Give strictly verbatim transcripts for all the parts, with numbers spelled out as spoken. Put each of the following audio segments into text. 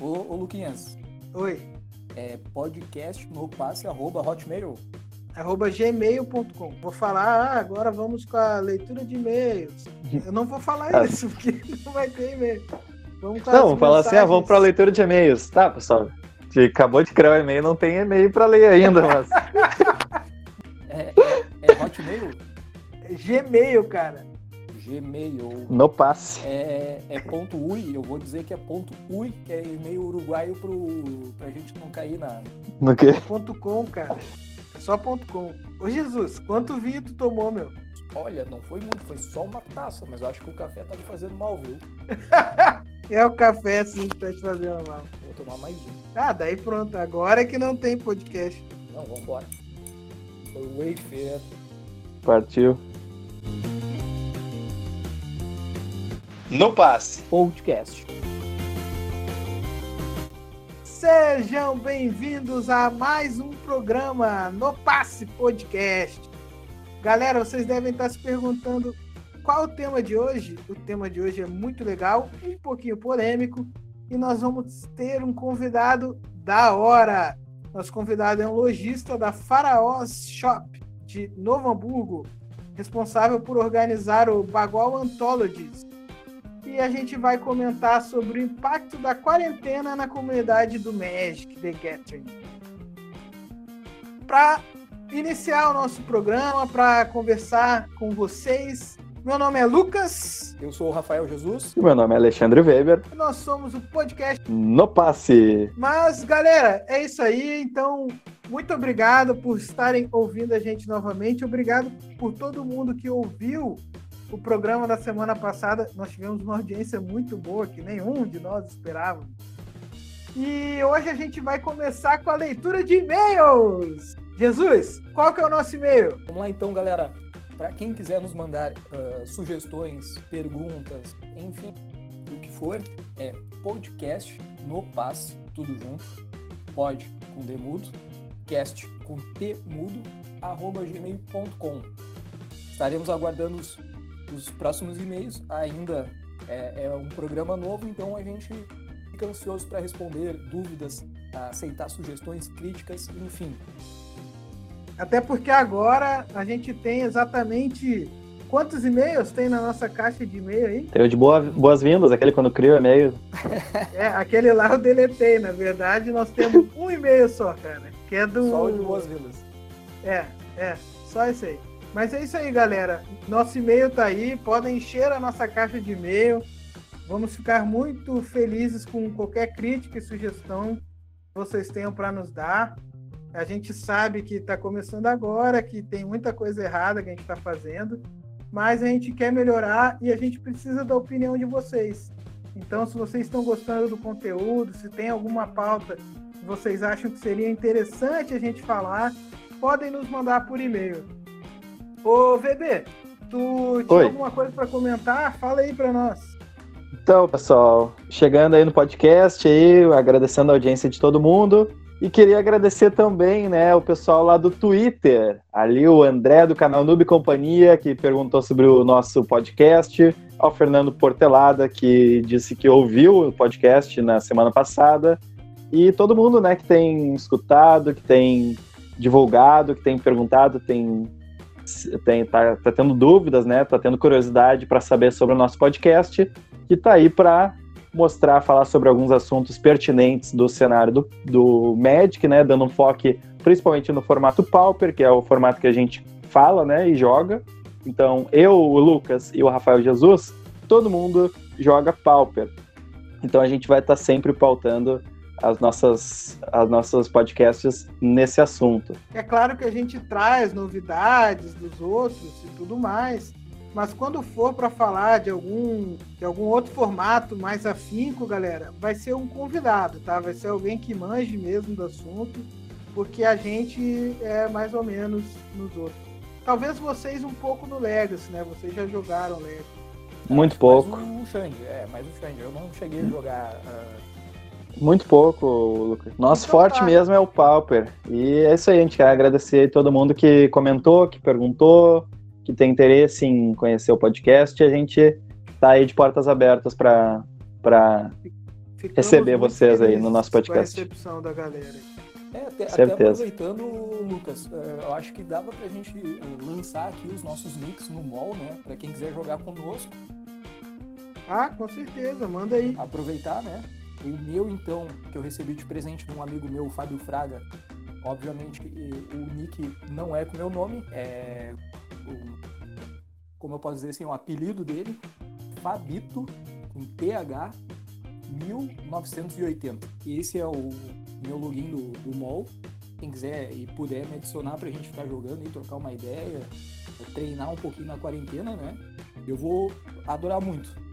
Ô, ô Luquinhas. Oi. É podcast no passe arroba hotmail. Arroba gmail ponto com. Vou falar, ah, agora vamos com a leitura de e-mails. Eu não vou falar Ah. isso, porque não vai ter e-mail. Vamos com Não, as vamos falar assim, ah, vamos para a mensagens. leitura de e-mails. Tá, pessoal. A gente acabou de criar o e-mail, não tem e-mail para ler ainda, mas... É, é, é hotmail? Gmail, cara. Gmail. No passe. É, é ponto ui, eu vou dizer que é ponto ui, que é e-mail uruguaio pro, pra gente não cair na... No quê? Ponto com, cara. É só ponto com. Ô, Jesus, quanto vinho tu tomou, meu? Olha, não foi muito, foi só uma taça, mas eu acho que o café tá me fazendo mal, viu? É o café, assim, que tá te fazendo mal. Vou tomar mais um. Ah, daí pronto. Agora é que não tem podcast. Não, vambora. Foi o Wayfair. Partiu. No passe. Podcast. Sejam bem-vindos a mais um programa No Passe Podcast. Galera, vocês devem estar se perguntando qual é o tema de hoje. O tema de hoje é muito legal, um pouquinho polêmico, e nós vamos ter um convidado da hora. Nosso convidado é um lojista da Faraós Shop de Novo Hamburgo, responsável por organizar o Bagual Anthologies. E a gente vai comentar sobre o impacto da quarentena na comunidade do Magic The Gathering. Para iniciar o nosso programa, para conversar com vocês, meu nome é Lucas. Eu sou o Rafael Jesus. E meu nome é Alexandre Weber. E nós somos o podcast. No passe. Mas, galera, é isso aí. Então, muito obrigado por estarem ouvindo a gente novamente. Obrigado por todo mundo que ouviu o programa da semana passada. Nós tivemos uma audiência muito boa, que nenhum de nós esperava. E hoje a gente vai começar com a leitura de e-mails. Jesus, qual que é o nosso e-mail? Vamos lá então, galera. Para quem quiser nos mandar uh, sugestões, perguntas, enfim, o que for, é podcast no passe, tudo junto, pod com D mudo, cast com T mudo, arroba gmail ponto com. Estaremos aguardando os, os próximos e-mails. Ainda é, é um programa novo, então a gente fica ansioso para responder dúvidas, aceitar sugestões, críticas, enfim. Até porque agora a gente tem exatamente quantos e-mails tem na nossa caixa de e-mail aí? Tem o de boa, boas-vindas, aquele quando cria o e-mail. É, aquele lá eu deletei. Na verdade, nós temos um e-mail só, cara. Que é do... Só o de boas-vindas. É, é, só isso aí. Mas é isso aí, galera. Nosso e-mail tá aí, podem encher a nossa caixa de e-mail. Vamos ficar muito felizes com qualquer crítica e sugestão que vocês tenham para nos dar. A gente sabe que está começando agora, que tem muita coisa errada que a gente está fazendo, mas a gente quer melhorar e a gente precisa da opinião de vocês. Então, se vocês estão gostando do conteúdo, se tem alguma pauta que vocês acham que seria interessante a gente falar, podem nos mandar por e-mail. Ô, V B, tu tinha Oi. alguma coisa para comentar? Fala aí para nós. Então, pessoal, chegando aí no podcast, aí, agradecendo a audiência de todo mundo. E queria agradecer também, né, o pessoal lá do Twitter, ali o André do canal Noob Companhia, que perguntou sobre o nosso podcast, ao Fernando Portelada, que disse que ouviu o podcast na semana passada, e todo mundo, né, que tem escutado, que tem divulgado, que tem perguntado, tem, tem tá, tá tendo dúvidas, né, tá tendo curiosidade para saber sobre o nosso podcast, que tá aí para mostrar, falar sobre alguns assuntos pertinentes do cenário do, do Magic, né, dando um foco principalmente no formato Pauper, que é o formato que a gente fala, né, e joga. Então, eu, o Lucas e o Rafael Jesus, todo mundo joga Pauper. Então, a gente vai estar sempre pautando as nossas, as nossas podcasts nesse assunto. É claro que a gente traz novidades dos outros e tudo mais, mas quando for para falar de algum, de algum outro formato mais afinco, galera, vai ser um convidado, tá? Vai ser alguém que manje mesmo do assunto, porque a gente é mais ou menos nos outros. Talvez vocês um pouco no Legacy, né? Vocês já jogaram Legacy. Muito pouco. Mais um Xande, é, mais um Xande. Eu não cheguei a jogar... Uh... Muito pouco, Lucas. Nosso Então forte tá. mesmo é o Pauper. E é isso aí, a gente quer agradecer a todo mundo que comentou, que perguntou, que tem interesse em conhecer o podcast. A gente tá aí de portas abertas para para receber vocês aí no nosso podcast. Com a recepção da galera. É, até, até aproveitando, Lucas, eu acho que dava pra gente lançar aqui os nossos links no mall, né? Pra quem quiser jogar conosco. Ah, com certeza, manda aí. Aproveitar, né? O meu, então, que eu recebi de presente de um amigo meu, Fábio Fraga, obviamente o nick não é com o meu nome, é, o, como eu posso dizer assim, o apelido dele, Fabito, com T H, mil novecentos e oitenta. E esse é o meu login do, do mall. Quem quiser e puder me adicionar pra gente ficar jogando e trocar uma ideia, treinar um pouquinho na quarentena, né? Eu vou adorar muito.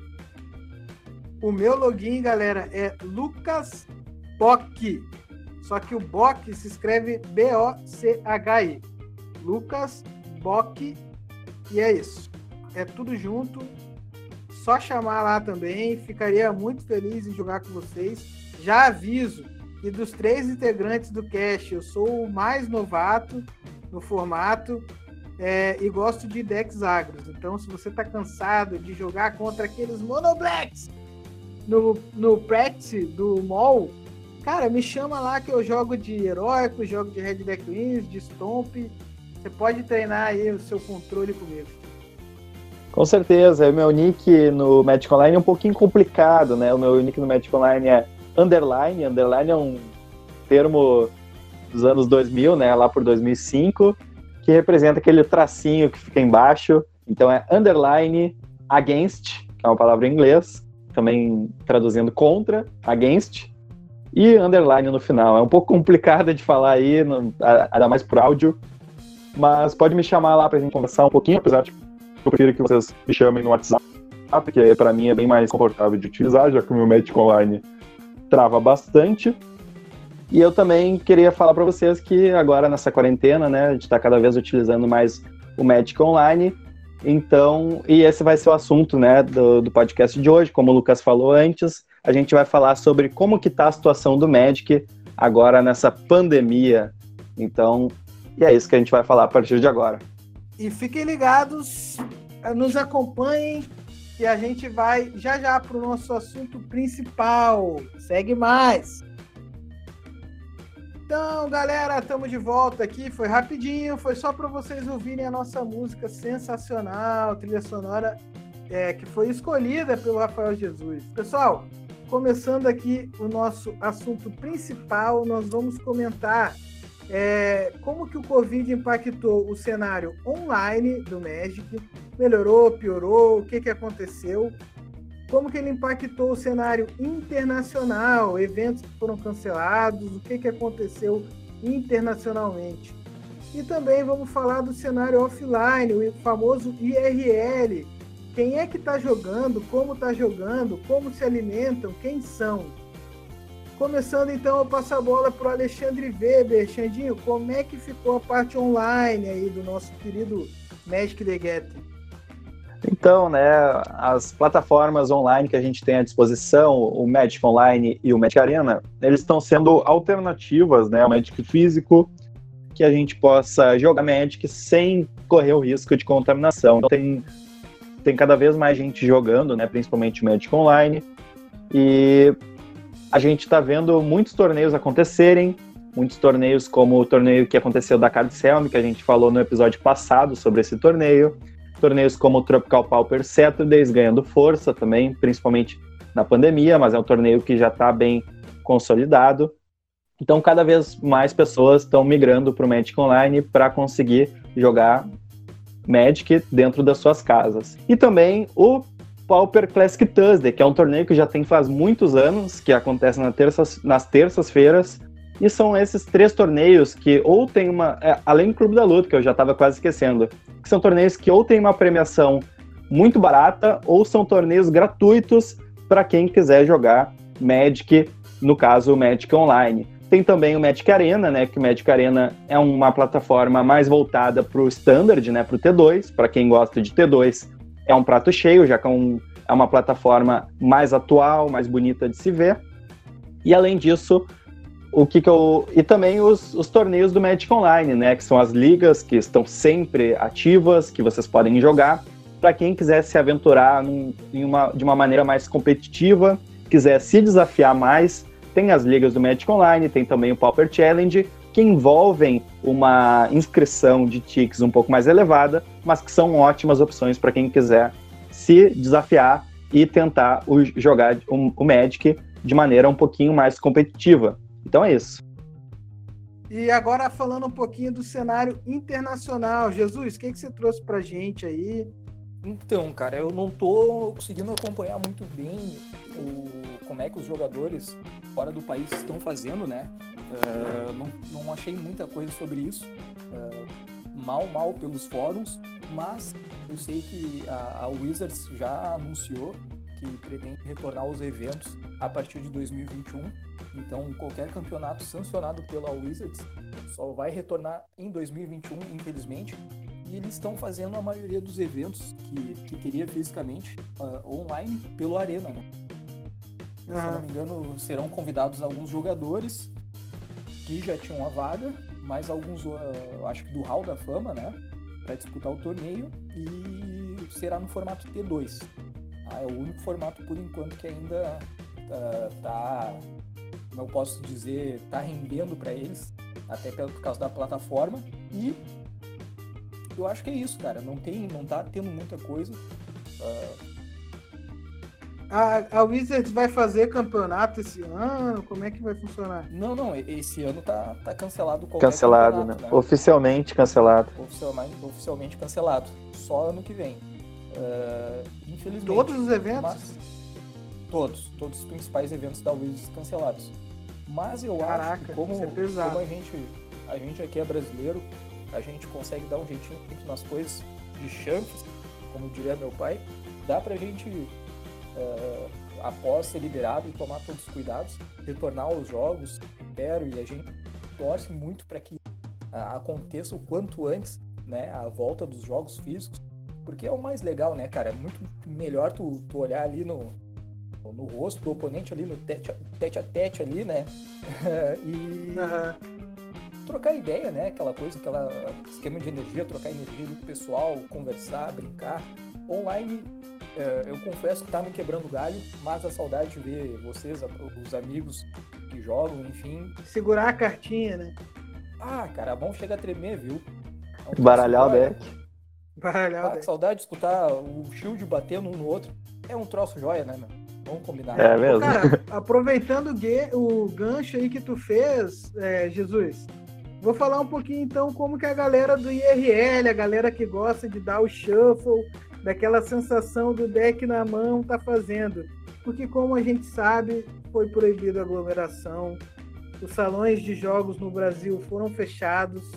O meu login, galera, é Lucas Bock. Só que o Bock se escreve B O C H I. Lucas Bock. E é isso. É tudo junto. Só chamar lá também. Ficaria muito feliz em jogar com vocês. Já aviso que dos três integrantes do cast, eu sou o mais novato no formato. É, e gosto de decks agros. Então, se você tá cansado de jogar contra aqueles monoblacks no, no practice do mall, cara, me chama lá que eu jogo de heróico, jogo de Red Deck Wins, de Stomp. Você pode treinar aí o seu controle comigo. Com certeza. O meu nick no Magic Online é um pouquinho complicado, né? O meu nick no Magic Online é underline. Underline é um termo dos anos dois mil, né? Lá por dois mil e cinco, que representa aquele tracinho que fica embaixo. Então é underline against, que é uma palavra em inglês, também traduzindo contra, against, e underline no final. É um pouco complicado de falar aí, no, ainda mais por áudio, mas pode me chamar lá pra gente conversar um pouquinho, apesar de que eu prefiro que vocês me chamem no WhatsApp, porque pra mim é bem mais confortável de utilizar, já que o meu Magic Online trava bastante. E eu também queria falar pra vocês que agora nessa quarentena, né, a gente tá cada vez utilizando mais o Magic Online. Então, e esse vai ser o assunto, né, do, do podcast de hoje. Como o Lucas falou antes, a gente vai falar sobre como que tá a situação do Magic agora nessa pandemia. Então, e é isso que a gente vai falar a partir de agora. E fiquem ligados, nos acompanhem, que a gente vai já já para o nosso assunto principal. Segue mais! Então, galera, estamos de volta aqui. Foi rapidinho, foi só para vocês ouvirem a nossa música sensacional, trilha sonora é, que foi escolhida pelo Rafael Jesus. Pessoal, começando aqui o nosso assunto principal, nós vamos comentar é, como que o Covid impactou o cenário online do Magic, melhorou, piorou, o que, que aconteceu, como que ele impactou o cenário internacional, eventos que foram cancelados, o que, que aconteceu internacionalmente. E também vamos falar do cenário offline, o famoso I R L. Quem é que está jogando, como está jogando, como se alimentam, quem são. Começando então, eu passo a bola para o Alexandre Weber. Xandinho, como é que ficou a parte online aí do nosso querido Magic the Gathering? Então, né, as plataformas online que a gente tem à disposição, o Magic Online e o Magic Arena, eles estão sendo alternativas, né, ao Magic físico, que a gente possa jogar Magic sem correr o risco de contaminação. Então, tem, tem cada vez mais gente jogando, né, principalmente o Magic Online, e a gente está vendo muitos torneios acontecerem, muitos torneios como o torneio que aconteceu da Card Selm, que a gente falou no episódio passado sobre esse torneio, torneios como o Tropical Pauper Saturdays ganhando força também, principalmente na pandemia, mas é um torneio que já está bem consolidado. Então, cada vez mais pessoas estão migrando para o Magic Online para conseguir jogar Magic dentro das suas casas. E também o Pauper Classic Thursday, que é um torneio que já tem faz muitos anos, que acontece na terça, nas terças-feiras, e são esses três torneios que ou tem uma... É, além do Clube da Luta, que eu já estava quase esquecendo, que são torneios que ou tem uma premiação muito barata, ou são torneios gratuitos para quem quiser jogar Magic, no caso o Magic Online. Tem também o Magic Arena, né, que o Magic Arena é uma plataforma mais voltada para o Standard, né, para o T dois, para quem gosta de T dois é um prato cheio, já que é, um, é uma plataforma mais atual, mais bonita de se ver. E além disso, o que que eu... E também os, os torneios do Magic Online, né? Que são as ligas que estão sempre ativas, que vocês podem jogar, para quem quiser se aventurar num, em uma, de uma maneira mais competitiva quiser se desafiar mais, tem as ligas do Magic Online, tem também o Pauper Challenge, que envolvem uma inscrição de tickets um pouco mais elevada, mas que são ótimas opções para quem quiser se desafiar e tentar o, jogar o, o Magic de maneira um pouquinho mais competitiva. Então é isso. E agora falando um pouquinho do cenário internacional. Jesus, o que, que você trouxe pra gente aí? Então, cara, eu não tô conseguindo acompanhar muito bem o, como é que os jogadores fora do país estão fazendo, né? Uh, não, não achei muita coisa sobre isso. Uh, mal, mal pelos fóruns, mas eu sei que a, a Wizards já anunciou que pretende retornar aos eventos a partir de dois mil e vinte e um. Então, qualquer campeonato sancionado pela Wizards só vai retornar em dois mil e vinte e um, infelizmente. E eles estão fazendo a maioria dos eventos que, que teria fisicamente uh, online pelo Arena, né? Uhum. Se eu não me engano, serão convidados alguns jogadores que já tinham a vaga, mais alguns, uh, acho que do Hall da Fama, né? Para disputar o torneio, e será no formato T dois. Ah, é o único formato, por enquanto, que ainda uh, tá, não posso dizer, tá rendendo para eles, até por causa da plataforma. E eu acho que é isso, cara. Não tem, não tá tendo muita coisa. Uh... A, a Wizards vai fazer campeonato esse ano? Como é que vai funcionar? Não, não. Esse ano tá, tá cancelado qualquer Cancelado, né? né? Oficialmente cancelado. Oficialmente, oficialmente cancelado. Só ano que vem. Uh, infelizmente. Todos os eventos? Mas, todos. Todos os principais eventos da Wizards cancelados. Mas eu Caraca, acho que como, isso é pesado. como a, gente, a gente aqui é brasileiro, a gente consegue dar um jeitinho nas coisas de chanfres, como diria meu pai. Dá pra gente, uh, após ser liberado e tomar todos os cuidados, retornar aos jogos, espero, e a gente torce muito para que uh, aconteça o quanto antes, né, a volta dos jogos físicos, porque é o mais legal, né, cara? É muito melhor tu, tu olhar ali no, no rosto do oponente, ali no tete a tete, a tete ali, né? e... Uhum. Trocar ideia, né? Aquela coisa, aquela esquema de energia, trocar energia com o pessoal, conversar, brincar. Online, é, eu confesso que tá me quebrando galho, mas a saudade de ver vocês, os amigos que jogam, enfim. Segurar a cartinha, né? Ah, cara, a mão chega a tremer, viu? É um Baralhar o deck. Baralhar ah, o deck. Saudade de escutar o shield batendo um no outro. É um troço joia, né, meu? Vamos combinar. É mesmo? Cara, aproveitando o gancho aí que tu fez, é, Jesus... Vou falar um pouquinho, então, como que a galera do I R L, a galera que gosta de dar o shuffle, daquela sensação do deck na mão, tá fazendo. Porque, como a gente sabe, foi proibida a aglomeração, os salões de jogos no Brasil foram fechados,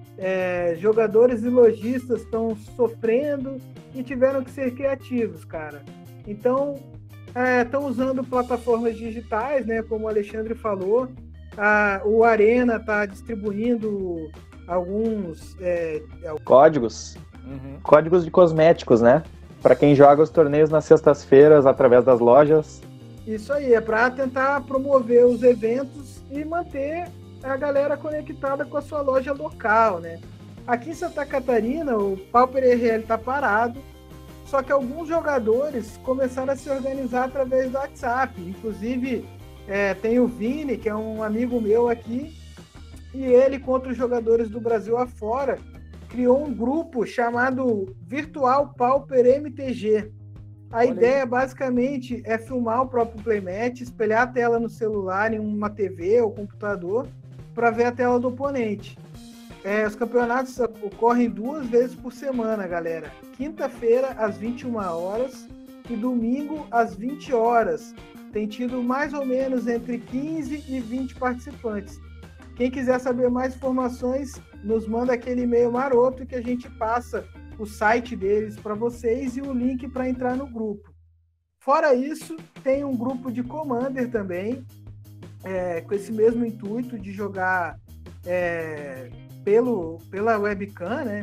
é, jogadores e lojistas estão sofrendo e tiveram que ser criativos, cara. Então, estão é, usando plataformas digitais, né, como o Alexandre falou. A, o Arena está distribuindo alguns é, códigos, uhum. códigos de cosméticos, né? Para quem joga os torneios nas sextas-feiras através das lojas. Isso aí, é para tentar promover os eventos e manter a galera conectada com a sua loja local, né? Aqui em Santa Catarina, o Pauper I R L está parado, só que alguns jogadores começaram a se organizar através do WhatsApp, inclusive... É, tem o Vini, que é um amigo meu aqui, e ele, com outros jogadores do Brasil afora, criou um grupo chamado Virtual Pauper M T G. A Olha ideia, aí. basicamente, é filmar o próprio playmatch, espelhar a tela no celular, em uma T V ou computador, para ver a tela do oponente. É, os campeonatos ocorrem duas vezes por semana, galera. Quinta-feira, às vinte e uma horas, e domingo, às vinte horas. Tem tido mais ou menos entre quinze e vinte participantes. Quem quiser saber mais informações, nos manda aquele e-mail maroto que a gente passa o site deles para vocês e o link para entrar no grupo. Fora isso, tem um grupo de Commander também, é, com esse mesmo intuito de jogar é, pelo, pela webcam, né?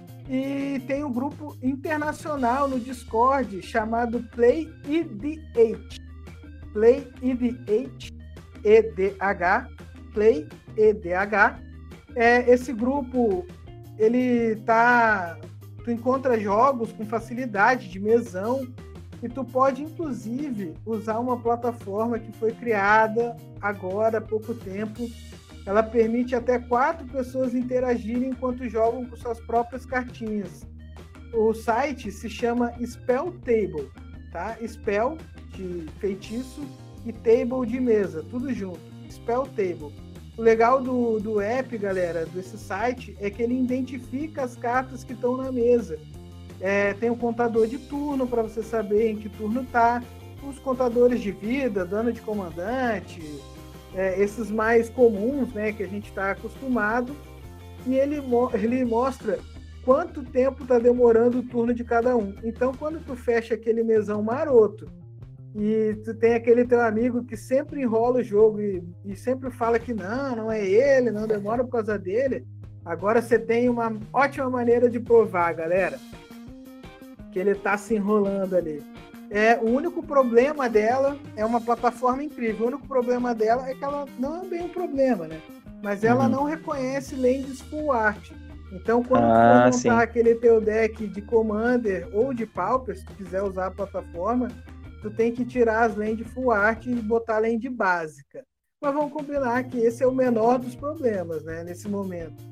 E tem um grupo internacional no Discord chamado Play E D H. Play E D H, E D H, Play E D H. É, esse grupo, ele tá... Tu encontra jogos com facilidade de mesão, E tu pode, inclusive, usar uma plataforma que foi criada agora, há pouco tempo. Ela permite até quatro pessoas interagirem enquanto jogam com suas próprias cartinhas. O site se chama Spell Table, tá? Spell de feitiço e Table de mesa, tudo junto. Spell Table. O legal do, do app, galera, desse site, é que ele identifica as cartas que estão na mesa. É, tem um contador de turno para você saber em que turno tá, os contadores de vida, dano de comandante, é, esses mais comuns, né, que a gente está acostumado, e ele, ele mostra quanto tempo está demorando o turno de cada um. Então, quando tu fecha aquele mesão maroto e tu tem aquele teu amigo que sempre enrola o jogo e, e sempre fala que não, não é ele, não demora por causa dele, agora você tem uma ótima maneira de provar, galera, que ele tá se enrolando ali. É, o único problema dela é uma plataforma incrível. O único problema dela é que ela não é bem um problema, né? Mas ela uhum. não reconhece lands full art. Então, quando ah, tu for montar aquele teu deck de Commander ou de Pauper, se tu quiser usar a plataforma, tu tem que tirar as lands full art e botar a land básica. Mas vamos combinar que esse é o menor dos problemas, né? Nesse momento.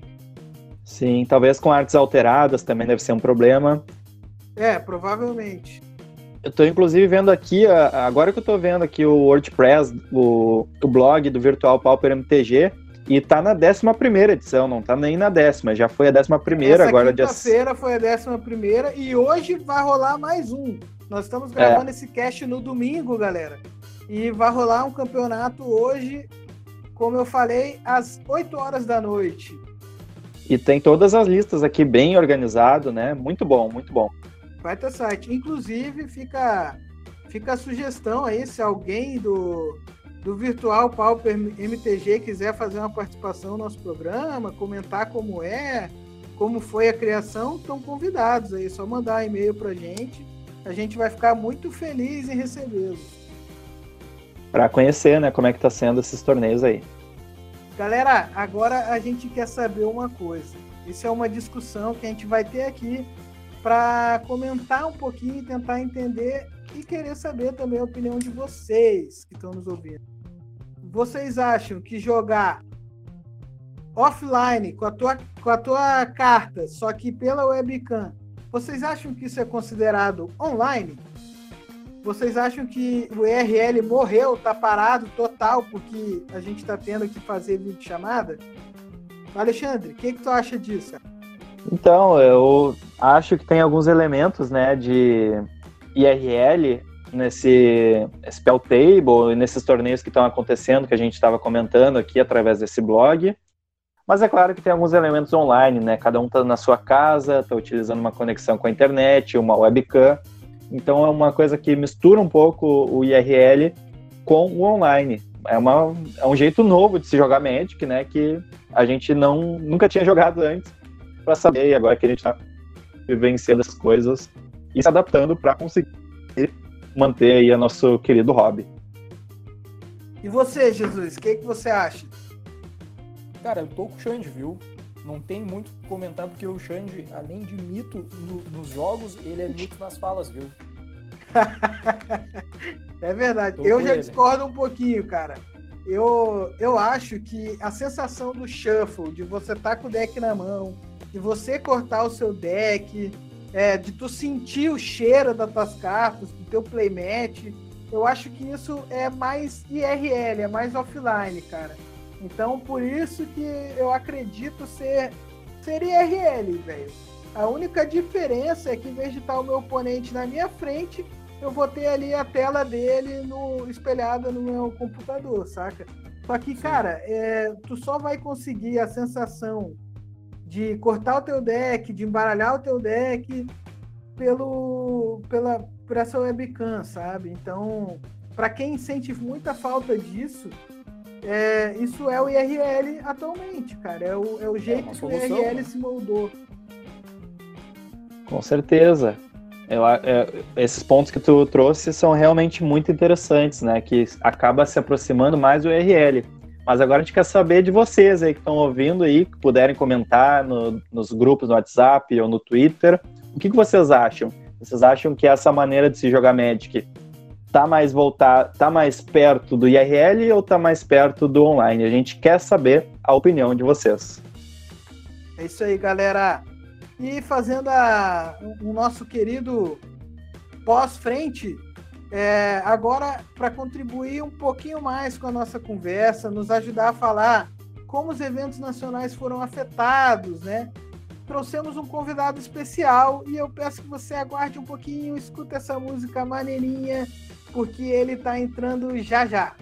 Sim, talvez com artes alteradas também deve ser um problema. É, provavelmente. Eu tô inclusive vendo aqui, agora que eu tô vendo aqui o WordPress, o, o blog do Virtual Pauper M T G, e tá na décima primeira edição, não tá nem na décima, já foi a décima primeira. Essa agora quinta-feira dia... foi a décima primeira e hoje vai rolar mais um. Nós estamos gravando é. esse cast no domingo, galera, e vai rolar um campeonato hoje, como eu falei, às oito horas da noite. E tem todas as listas aqui bem organizado, né? Muito bom, muito bom. Vai ter site. Inclusive, fica, fica a sugestão aí, se alguém do, do Virtual Pauper M T G quiser fazer uma participação no nosso programa, comentar como é, como foi a criação, estão convidados aí. É só mandar um e-mail pra gente. A gente vai ficar muito feliz em recebê-los. Para conhecer, né, como é que tá sendo esses torneios aí. Galera, agora a gente quer saber uma coisa. Isso é uma discussão que a gente vai ter aqui para comentar um pouquinho e tentar entender e querer saber também a opinião de vocês que estão nos ouvindo. Vocês acham que jogar offline com a tua, com a tua carta, só que pela webcam, vocês acham que isso é considerado online? Vocês acham que o I R L morreu, tá parado total porque a gente tá tendo que fazer videochamada? Alexandre, o que, que tu acha disso? Então, eu acho que tem alguns elementos, né, de I R L nesse Spell Table e nesses torneios que estão acontecendo, que a gente estava comentando aqui através desse blog. Mas é claro que tem alguns elementos online, né? Cada um está na sua casa, está utilizando uma conexão com a internet, uma webcam. Então é uma coisa que mistura um pouco o I R L com o online. É, uma, é um jeito novo de se jogar Magic, né? Que a gente não, nunca tinha jogado antes para saber. E agora que a gente está vivenciando essas coisas e se adaptando para conseguir manter aí o nosso querido hobby. E você, Jesus, o que, que você acha? Cara, eu tô com o Xande, viu? Não tem muito o que comentar, porque o Xande, além de mito no, nos jogos, ele é mito nas falas, viu? É verdade. Tô eu já ele. discordo um pouquinho, cara. Eu, eu acho que a sensação do shuffle, de você estar tá com o deck na mão, de você cortar o seu deck, é, de tu sentir o cheiro das tuas cartas, do teu playmat, eu acho que isso é mais I R L, é mais offline, cara. Então, por isso que eu acredito ser, ser I R L, velho. A única diferença é que, em vez de estar o meu oponente na minha frente, eu vou ter ali a tela dele no, espelhada no meu computador, saca? Só que, Sim. cara, é, tu só vai conseguir a sensação de cortar o teu deck, de embaralhar o teu deck pelo, pela, por essa webcam, sabe? Então, para quem sente muita falta disso... É, isso é o I R L atualmente, cara. É o, é o jeito é que o I R L se moldou. Com certeza. Eu, é, esses pontos que tu trouxe são realmente muito interessantes, né? Que acaba se aproximando mais do I R L. Mas agora a gente quer saber de vocês aí que estão ouvindo aí, que puderem comentar no, nos grupos no WhatsApp ou no Twitter. O que, que vocês acham? Vocês acham que essa maneira de se jogar Magic tá mais voltar, tá mais perto do I R L ou tá mais perto do online? A gente quer saber a opinião de vocês. É isso aí, galera. E fazendo a, o nosso querido pós-frente, é, agora para contribuir um pouquinho mais com a nossa conversa, nos ajudar a falar como os eventos nacionais foram afetados, né? Trouxemos um convidado especial e eu peço que você aguarde um pouquinho, escuta essa música maneirinha, porque ele está entrando já já.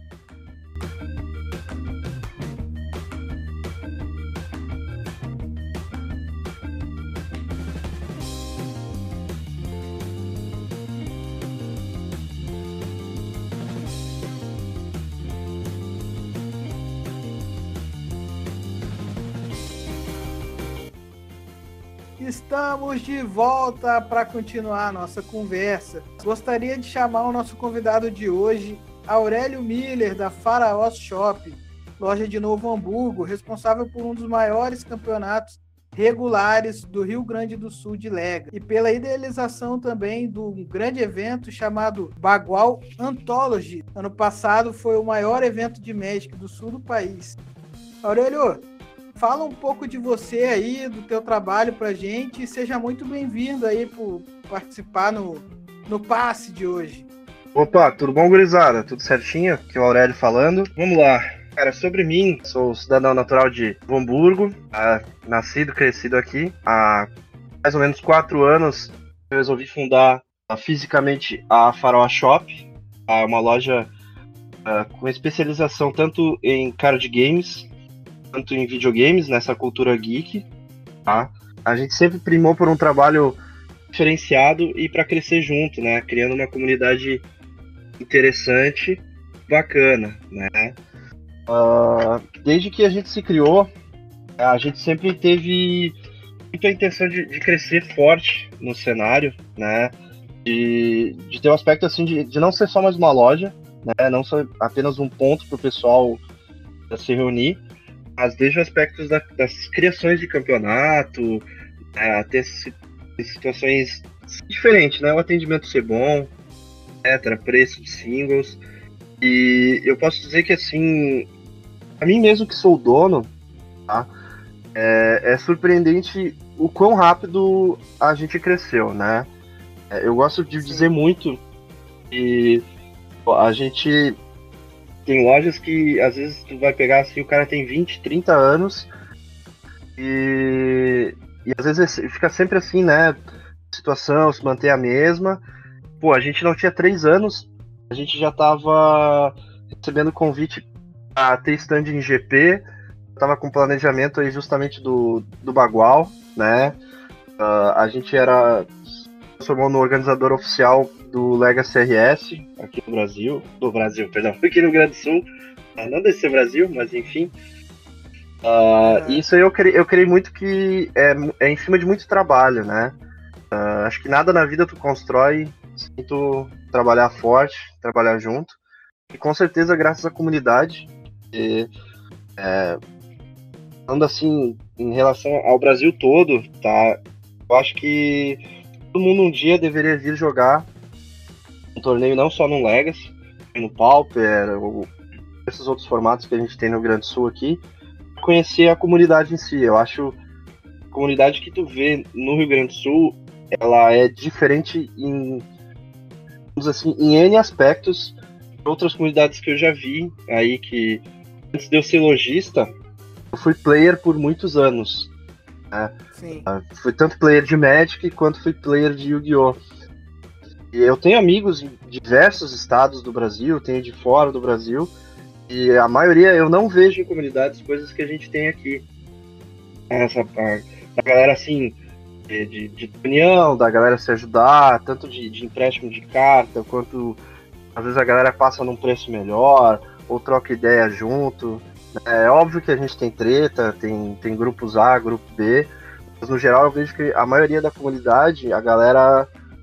Estamos de volta para continuar a nossa conversa. Gostaria de chamar o nosso convidado de hoje, Aurélio Miller, da Faraós Shop, loja de Novo Hamburgo, responsável por um dos maiores campeonatos regulares do Rio Grande do Sul de Lega, e pela idealização também do grande evento chamado Bagual Anthology. Ano passado foi o maior evento de Magic do sul do país. Aurélio, fala um pouco de você aí, do teu trabalho pra gente, e seja muito bem-vindo aí por participar no, no passe de hoje. Opa, tudo bom, gurizada? Tudo certinho? Aqui é o Aurélio falando. Vamos lá. Cara, sobre mim, sou cidadão natural de Novo Hamburgo, ah, nascido, crescido aqui. Há mais ou menos quatro anos eu resolvi fundar ah, fisicamente a Faraós Shop, ah, uma loja ah, com especialização tanto em card games quanto em videogames, nessa cultura geek, tá? A gente sempre primou por um trabalho diferenciado e para crescer junto, né? Criando uma comunidade interessante, bacana, né? Uh, desde que a gente se criou, a gente sempre teve muita intenção de, de crescer forte no cenário, né? De, de ter um aspecto assim de, de não ser só mais uma loja, né? Não ser apenas um ponto para o pessoal se reunir, mas desde o aspecto da, das criações de campeonato, né, até situações diferentes, né? O atendimento ser bom, etcétera, preço de singles. E eu posso dizer que, assim, a mim mesmo que sou o dono, tá? É, é surpreendente o quão rápido a gente cresceu, né? É, eu gosto de dizer muito que a gente... Tem lojas que, às vezes, tu vai pegar, assim, o cara tem vinte, trinta anos e, e às vezes fica sempre assim, né? A situação se mantém a mesma. Pô, a gente não tinha três anos, a gente já tava recebendo convite a ter stand em G P, tava com planejamento aí justamente do, do Bagual, né? Uh, a gente era... transformou no organizador oficial do Legacy R S aqui no Brasil, do Brasil, perdão, aqui no Rio Grande do Sul, não deve ser Brasil, mas enfim. Uh, é. Isso aí eu creio, eu creio muito que é, é em cima de muito trabalho, né? Uh, acho que nada na vida tu constrói sem tu trabalhar forte, trabalhar junto, e com certeza graças à comunidade. E, é, falando assim, em relação ao Brasil todo, tá? Eu acho que todo mundo um dia deveria vir jogar um torneio não só no Legacy, no Pauper, ou esses outros formatos que a gente tem no Rio Grande do Sul aqui, conhecer a comunidade em si. Eu acho que a comunidade que tu vê no Rio Grande do Sul, ela é diferente em, vamos assim, em N aspectos de outras comunidades que eu já vi aí, que antes de eu ser lojista, eu fui player por muitos anos. Né? Sim. Uh, fui tanto player de Magic quanto fui player de Yu-Gi-Oh! E eu tenho amigos em diversos estados do Brasil, tenho de fora do Brasil, e a maioria eu não vejo em comunidades coisas que a gente tem aqui. Essa a, a galera assim, de, de, de união, da galera se ajudar, tanto de, de empréstimo de carta, quanto às vezes a galera passa num preço melhor, ou troca ideia junto. É óbvio que a gente tem treta, tem, tem grupos A, grupo B, mas no geral eu vejo que a maioria da comunidade, a galera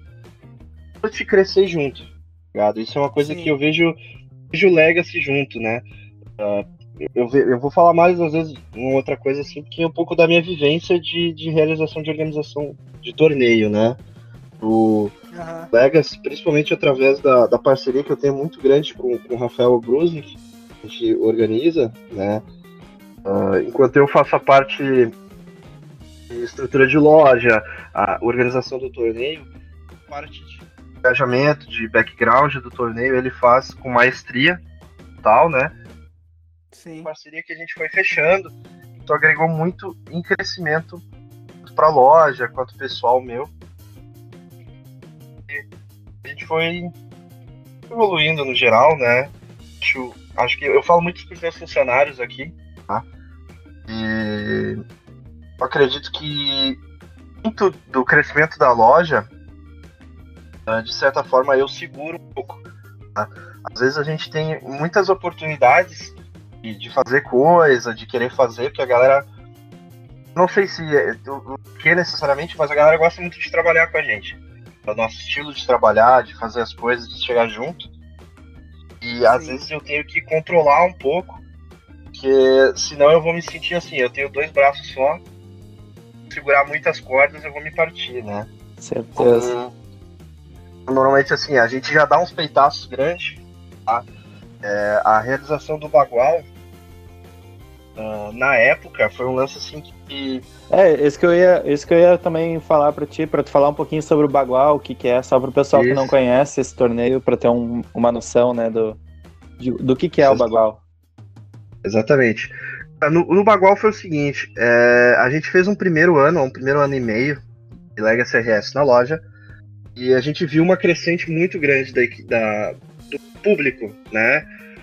pode crescer junto, ligado? Isso é uma coisa Sim. que eu vejo, vejo Legacy junto, né? Uh, eu, eu vou falar mais, às vezes, uma outra coisa assim, porque é um pouco da minha vivência de, de realização de organização de torneio, né? do Aham. Legacy, principalmente através da, da parceria que eu tenho muito grande com, com o Rafael Brusnik, que a gente organiza, né? Uh, enquanto eu faço a parte de estrutura de loja, a organização do torneio, a parte de engajamento, de background do torneio, ele faz com maestria, tal, né? Sim. Parceria que a gente foi fechando, então agregou muito em crescimento para a loja, quanto pessoal meu. E a gente foi evoluindo no geral, né? Acho, acho que eu falo muito para os meus funcionários aqui, tá? E eu acredito que muito do crescimento da loja, de certa forma, eu seguro um pouco. Tá? Às vezes a gente tem muitas oportunidades de, de fazer coisa, de querer fazer, porque a galera, não sei se é, o que necessariamente, mas a galera gosta muito de trabalhar com a gente. O nosso estilo de trabalhar, de fazer as coisas, de chegar junto. E às Sim. vezes eu tenho que controlar um pouco, porque senão eu vou me sentir assim, eu tenho dois braços só, segurar muitas cordas eu vou me partir, né? Certeza. Então, normalmente assim, a gente já dá uns peitaços grandes, tá? É, a realização do Bagual, uh, na época, foi um lance assim que... É, isso que eu ia, isso que eu ia também falar pra ti, pra tu falar um pouquinho sobre o Bagual, o que que é, só pro pessoal Isso. que não conhece esse torneio, pra ter um, uma noção, né, do, de- do que que é o Bagual. Exatamente. No, no Bagual foi o seguinte, é, a gente fez um primeiro ano, um primeiro ano e meio de Legacy R S na loja, e a gente viu uma crescente muito grande da, da, do público, né?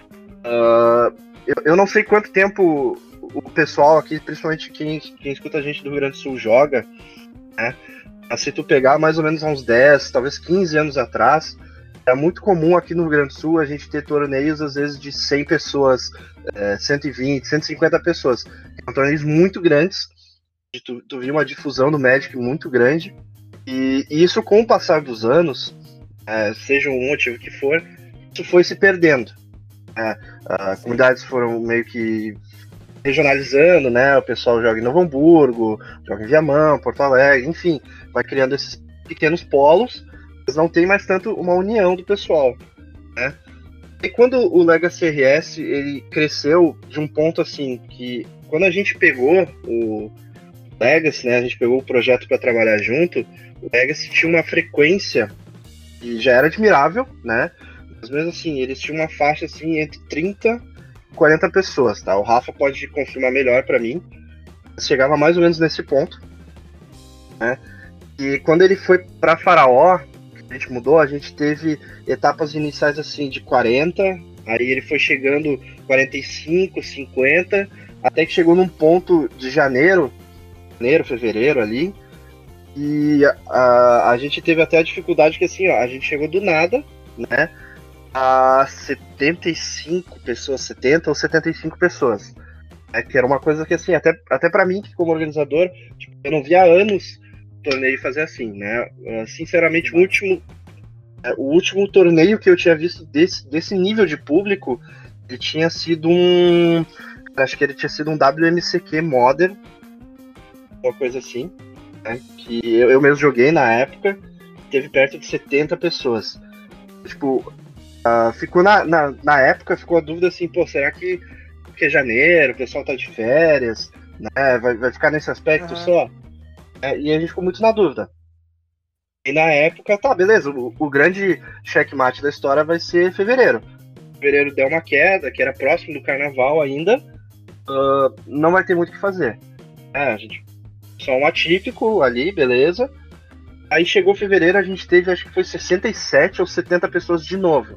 Uh, eu, eu não sei quanto tempo o pessoal aqui, principalmente quem, quem escuta a gente do Rio Grande do Sul, joga, né? Mas se tu pegar mais ou menos há uns dez, talvez quinze anos atrás, é muito comum aqui no Rio Grande do Sul a gente ter torneios, às vezes, de cem pessoas, é, cento e vinte, cento e cinquenta pessoas. São torneios muito grandes, tu, tu viu uma difusão do Magic muito grande, e, e isso, com o passar dos anos, é, seja um motivo que for, isso foi se perdendo. É, as comunidades foram meio que regionalizando, né? O pessoal joga em Novo Hamburgo, joga em Viamão, Porto Alegre, enfim, vai criando esses pequenos polos, mas não tem mais tanto uma união do pessoal, né? E quando o Legacy R S ele cresceu de um ponto assim que quando a gente pegou o Legacy, né? A gente pegou o projeto para trabalhar junto, o Legacy tinha uma frequência que já era admirável, né? Mas mesmo assim, eles tinham uma faixa assim entre trinta e quarenta pessoas, tá? O Rafa pode confirmar melhor para mim. Chegava mais ou menos nesse ponto, né? E quando ele foi para Faraó, a gente mudou, a gente teve etapas iniciais assim de quarenta, aí ele foi chegando quarenta e cinco, cinquenta, até que chegou num ponto de janeiro, janeiro, fevereiro ali, e a, a, a gente teve até a dificuldade que assim, ó, a gente chegou do nada, né? A setenta e cinco pessoas, setenta ou setenta e cinco pessoas. É, que era uma coisa que, assim, até, até pra mim, como organizador, tipo, eu não via há anos o torneio fazer assim, né? Uh, sinceramente, o último, é, o último torneio que eu tinha visto desse, desse nível de público, ele tinha sido um... Acho que ele tinha sido um W M C Q Modern, uma coisa assim, né? Que eu, eu mesmo joguei na época, teve perto de setenta pessoas. Tipo... Uh, ficou na, na, na época, ficou a dúvida assim, pô, será que, que é janeiro, o pessoal tá de férias, né, vai, vai ficar nesse aspecto uhum. só? É, e a gente ficou muito na dúvida. E na época, tá, beleza, o, o grande checkmate da história vai ser fevereiro. Fevereiro deu uma queda, que era próximo do carnaval ainda, uh, não vai ter muito o que fazer. É, a gente, só um atípico ali, beleza. Aí chegou fevereiro, a gente teve, acho que foi sessenta e sete ou setenta pessoas de novo.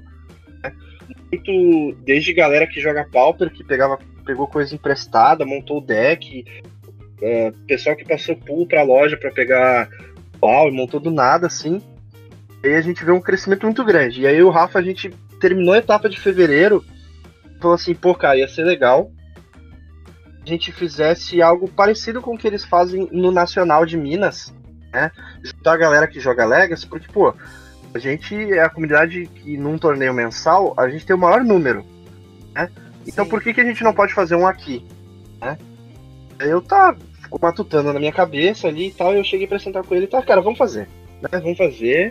Muito, desde galera que joga Pauper, que pegava, pegou coisa emprestada, montou o deck, é, pessoal que passou pool pra loja pra pegar pau e montou do nada, assim. E aí a gente vê um crescimento muito grande. E aí o Rafa, a gente terminou a etapa de fevereiro, falou assim, pô, cara, ia ser legal a gente fizesse algo parecido com o que eles fazem no Nacional de Minas, né? Juntar a galera que joga Legacy, porque, pô, a gente é a comunidade que num torneio mensal, a gente tem o maior número, né? Então Sim. por que, que a gente não pode fazer um aqui, né? Eu tá, ficou matutando na minha cabeça ali e tal, e eu cheguei pra sentar com ele e tá, cara, vamos fazer, né? Vamos fazer.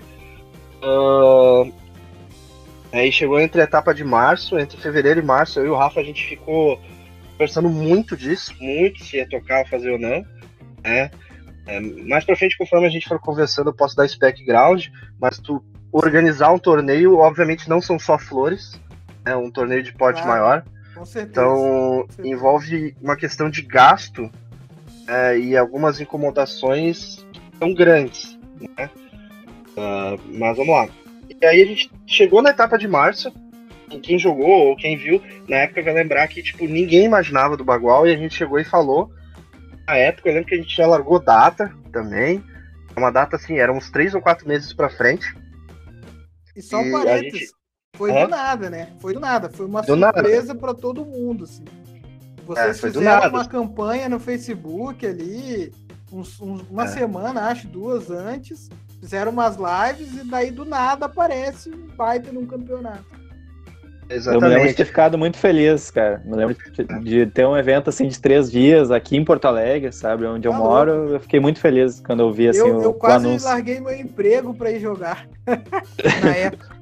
Uh, aí chegou entre a etapa de março, entre fevereiro e março, eu e o Rafa, a gente ficou conversando muito disso, muito se ia tocar ou fazer ou não, né? É, mais pra frente, conforme a gente for conversando, eu posso dar esse background, mas tu organizar um torneio, obviamente não são só flores, é um torneio de porte Claro, maior, com certeza. então Com certeza. envolve uma questão de gasto é, e algumas incomodações tão grandes, né? Uh, mas vamos lá. E aí a gente chegou na etapa de março, e quem jogou ou quem viu, na época vai lembrar que tipo, ninguém imaginava do Bagual, e a gente chegou e falou. Na época eu lembro que a gente já largou data também, uma data assim, eram uns três ou quatro meses pra frente. E só um E parênteses, a gente... foi Hã? do nada, né? Foi do nada, foi uma Do surpresa para todo mundo, assim. Vocês É, foi do fizeram nada. uma campanha no Facebook ali, uns, uns- uma É. semana, acho, duas antes, fizeram umas lives e daí do nada aparece um baita num campeonato. Eu me lembro de Exatamente. ter ficado muito feliz, cara. Me lembro de, de ter um evento assim de três dias aqui em Porto Alegre, sabe? Onde eu Tá moro. louco. Eu fiquei muito feliz quando eu vi assim, eu, o, eu o quase anúncio. larguei meu emprego para ir jogar na época.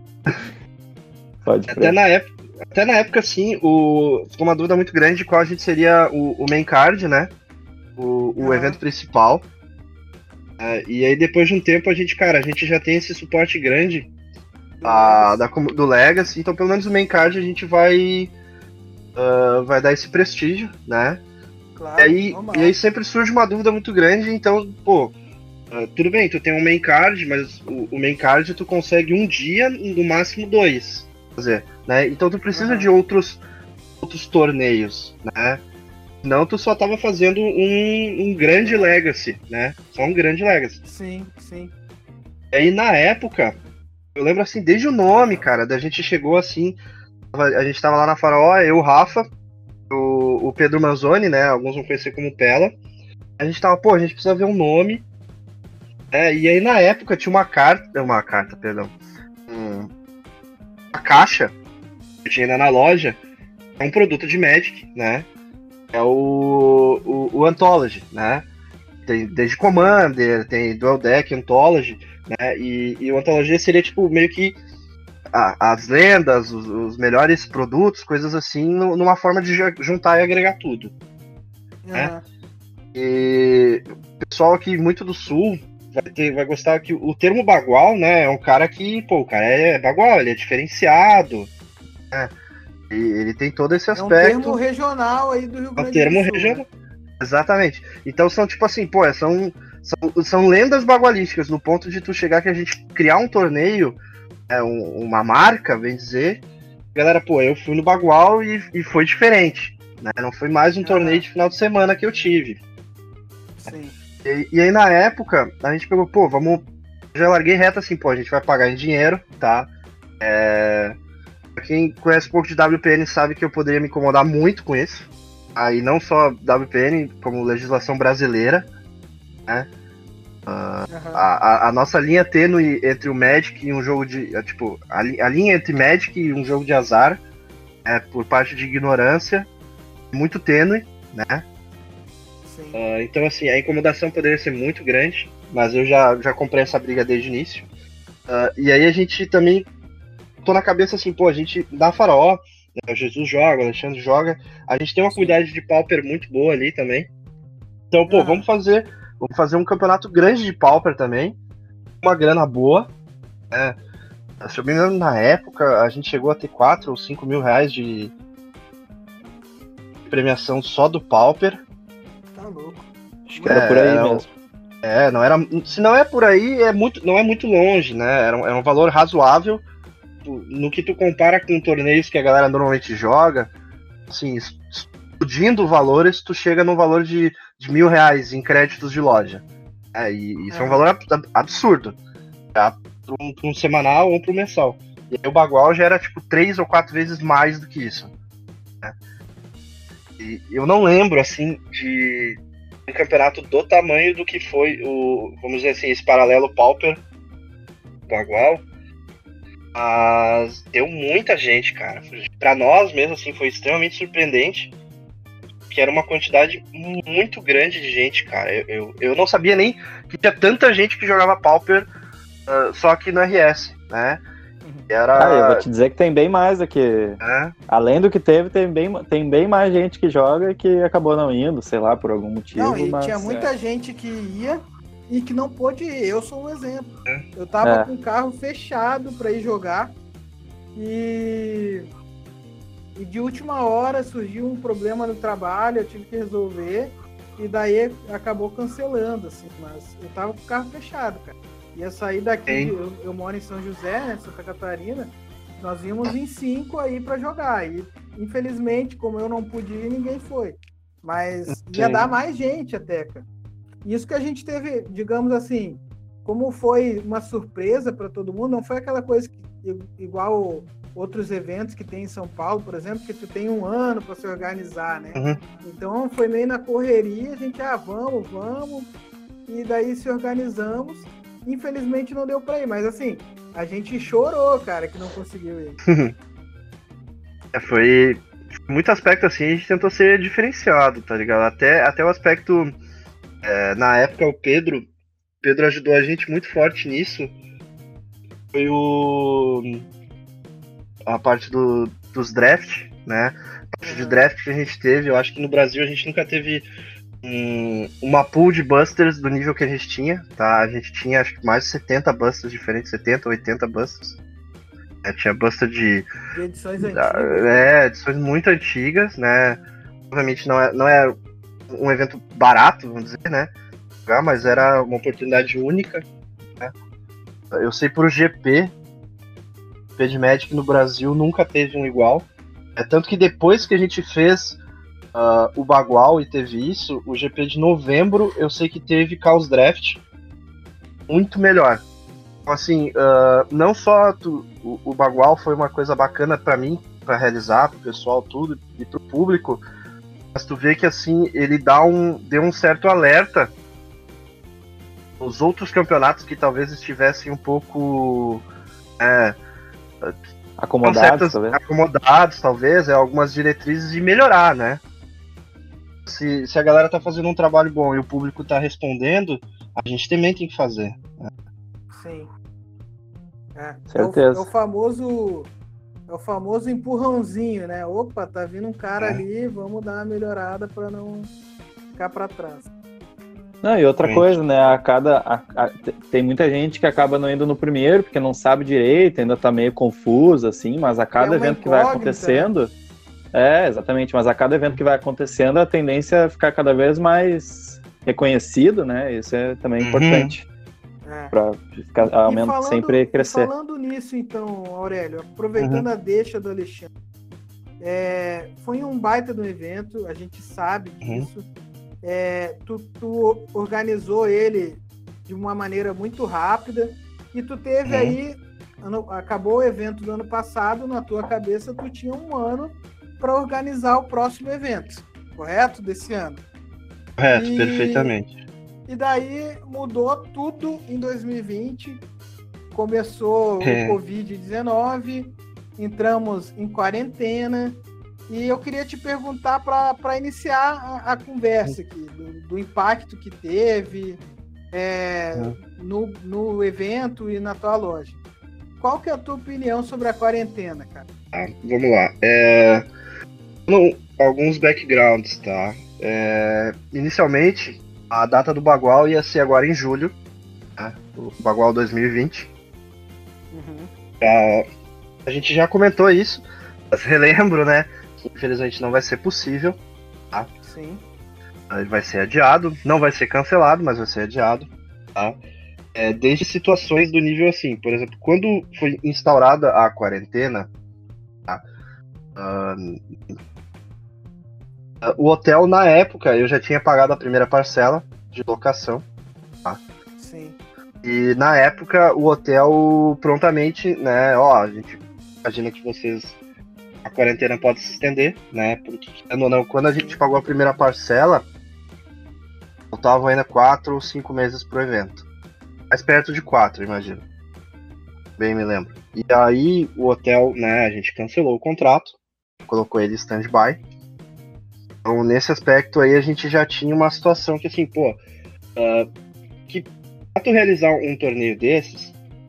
Pode Até crer. na época, até na época, assim, o... ficou uma dúvida muito grande de qual a gente seria o, o main card, né? O, o Ah. evento principal. É, e aí, depois de um tempo, a gente, cara, a gente já tem esse suporte grande a, da, comu- do Legacy, então pelo menos o main card a gente vai, ah, vai dar esse prestígio, né? Claro, E aí, normal. e aí sempre surge uma dúvida muito grande, então, pô, ah, tudo bem, tu tem um main card, mas o, o main card tu consegue um dia, no máximo dois, fazer, né? Então tu precisa Aham. de outros, outros torneios, né? Não, tu só tava fazendo um, um grande Legacy, né? Só um grande Legacy. Sim, sim. E aí, na época, eu lembro assim, desde o nome, cara, da gente chegou assim, a gente tava lá na Faraó, eu, o Rafa, o, o Pedro Manzoni, né, alguns vão conhecer como Pela, a gente tava, pô, a gente precisa ver um nome, é, e aí na época tinha uma carta, uma carta, perdão, um, uma caixa que tinha ainda na loja, é um produto de Magic, né, é o, o, o Anthology, né, tem desde Commander, tem Dual Deck, Anthology, né, e, e o Anthology seria tipo meio que a, as lendas, os, os melhores produtos, coisas assim, no, numa forma de ju- juntar e agregar tudo. É. Aham. E o pessoal aqui muito do sul vai, ter, vai gostar que o termo bagual, né, é um cara que, pô, o cara é bagual, ele é diferenciado, né, e ele tem todo esse É um aspecto. termo regional aí do Rio É um Grande termo do Sul. regional. Exatamente. Então são tipo assim, pô, são, são, são lendas bagualísticas, no ponto de tu chegar que a gente criar um torneio, é, um- uma marca, bem dizer, galera, pô, eu fui no Bagual e, e foi diferente, né? Não foi mais um Ah. torneio de final de semana que eu tive. Sim. E, e aí na época, a gente pegou, pô, vamos. Já larguei reto assim, pô, a gente vai pagar em dinheiro, tá? É... Pra quem conhece um pouco de W P N sabe que eu poderia me incomodar muito com isso. Aí não só W P N, como legislação brasileira, né? Aham. A, a, a nossa linha tênue entre o Magic e um jogo de. é, Tipo, a, li- a linha entre Magic e um jogo de azar, é, por parte de ignorância, muito tênue, né? Sim. Ah, então, assim, a incomodação poderia ser muito grande, mas eu já, já comprei essa briga desde o início. Ah, e aí a gente também. Tô na cabeça assim, pô, a gente dá Faraó, né, o Jesus joga, o Alexandre joga, a gente tem uma comunidade de pauper muito boa ali também. Então, pô, Ah. vamos fazer. Vamos fazer um campeonato grande de pauper também, uma grana boa. Né? Se eu me engano, na época, a gente chegou a ter quatro ou cinco mil reais de premiação só do pauper. Tá louco. Acho que era por aí É, mesmo. É, não era. Se não é por aí, é muito, não é muito longe, né? Era um, é um valor razoável no que tu compara com torneios que a galera normalmente joga. Assim, explodindo valores, tu chega num valor de, de mil reais em créditos de loja. É, e isso é um Ah. valor ab- absurdo. Tá? Para um, pra um semanal ou para um mensal. E aí o Bagual já era tipo três ou quatro vezes mais do que isso. Né? E eu não lembro, assim, de um campeonato do tamanho do que foi o, vamos dizer assim, esse paralelo Pauper Bagual. Mas deu muita gente, cara. Pra nós mesmo, assim, foi extremamente surpreendente. Que era uma quantidade muito grande de gente, cara. Eu, eu, eu não sabia nem que tinha tanta gente que jogava Pauper uh, só que no R S, né? Era... Ah, eu vou te dizer que tem bem mais aqui. É. Além do que teve, tem bem, tem bem mais gente que joga e que acabou não indo, sei lá, por algum motivo. Não, e mas... tinha muita é. gente que ia e que não pôde ir. Eu sou um exemplo. Eu tava É. com o carro fechado para ir jogar e... e de última hora surgiu um problema no trabalho, eu tive que resolver e daí acabou cancelando, assim, mas eu tava com o carro fechado, cara. Ia sair daqui, eu, eu moro em São José, né, Santa Catarina, nós íamos em cinco aí para jogar e infelizmente, como eu não pude ir, ninguém foi. Mas ia Sim. dar mais gente até, cara. Isso que a gente teve, digamos assim, como foi uma surpresa para todo mundo, não foi aquela coisa que, igual outros eventos que tem em São Paulo, por exemplo, que tu tem um ano para se organizar, né? Uhum. Então foi meio na correria, a gente, ah, vamos, vamos, e daí se organizamos. Infelizmente não deu para ir, mas assim, a gente chorou, cara, que não conseguiu ir. É, foi muito aspecto assim, a gente tentou ser diferenciado, tá ligado? Até, até o aspecto, é, na época o Pedro, Pedro ajudou a gente muito forte nisso. Foi o a parte do, dos draft, né? A parte de draft que a gente teve, eu acho que no Brasil a gente nunca teve um, uma pool de busters do nível que a gente tinha, tá? A gente tinha acho que mais de setenta busters diferentes, setenta, oitenta busters. É, tinha buster de... De edições antigas. É, edições muito antigas, né? Obviamente não é, não é um evento barato, vamos dizer, né? Mas era uma oportunidade única, né? Eu sei por G P, G P de Magic no Brasil nunca teve um igual. É tanto que depois que a gente fez uh, o Bagual e teve isso, o G P de novembro eu sei que teve Chaos Draft muito melhor. Então, assim, uh, não só tu, o, o Bagual foi uma coisa bacana pra mim, pra realizar, pro pessoal tudo e pro público, mas tu vê que assim, ele dá um, deu um certo alerta os outros campeonatos que talvez estivessem um pouco é, acomodados, certas, talvez. acomodados, talvez, é, algumas diretrizes de melhorar, né? Se, se a galera tá fazendo um trabalho bom e o público tá respondendo, a gente também tem que fazer. Né? Sim. É, Certeza. É o, é o famoso é o famoso empurrãozinho, né? Opa, tá vindo um cara É. ali, vamos dar uma melhorada para não ficar para trás. Não, e outra Sim. coisa, né, a cada, a, a, tem muita gente que acaba não indo no primeiro, porque não sabe direito, ainda tá meio confuso, assim, mas a cada É uma evento que vai incógnita, acontecendo, é, exatamente, mas a cada evento que vai acontecendo, a tendência é ficar cada vez mais reconhecido, né, isso é também Uhum. importante, É. para ficar, aumenta, falando, sempre crescer. Falando nisso, então, Aurélio, aproveitando Uhum. a deixa do Alexandre, é, foi um baita do evento, a gente sabe disso. Uhum. É, tu, tu organizou ele de uma maneira muito rápida e tu teve uhum. aí, ano, acabou o evento do ano passado, na tua cabeça tu tinha um ano para organizar o próximo evento, correto? Desse ano. Correto, e, perfeitamente. E daí mudou tudo em dois mil e vinte, começou é. o covid dezenove, entramos em quarentena. E eu queria te perguntar para iniciar a, a conversa aqui, do, do impacto que teve é, uhum. no, no evento e na tua loja. Qual que é a tua opinião sobre a quarentena, cara? Ah, vamos lá. É, alguns backgrounds, tá? É, inicialmente, a data do Bagual ia ser agora em julho, tá? O Bagual dois mil e vinte. Uhum. É, a gente já comentou isso, mas relembro, né? Infelizmente não vai ser possível, tá? Sim. Ele vai ser adiado, não vai ser cancelado, mas vai ser adiado, tá? É, desde situações do nível assim, por exemplo, quando foi instaurada a quarentena, tá? uh, o hotel na época eu já tinha pagado a primeira parcela de locação, tá? Sim. E na época o hotel prontamente, né? Ó, a gente imagina que vocês a quarentena pode se estender, né? Porque, não, não, quando a gente pagou a primeira parcela, faltavam ainda quatro ou cinco meses pro evento. Mais perto de quatro, imagino. Bem me lembro. E aí o hotel, né, a gente cancelou o contrato, colocou ele em stand-by. Então, nesse aspecto aí, a gente já tinha uma situação que, assim, pô, uh, que pra tu realizar um torneio desses,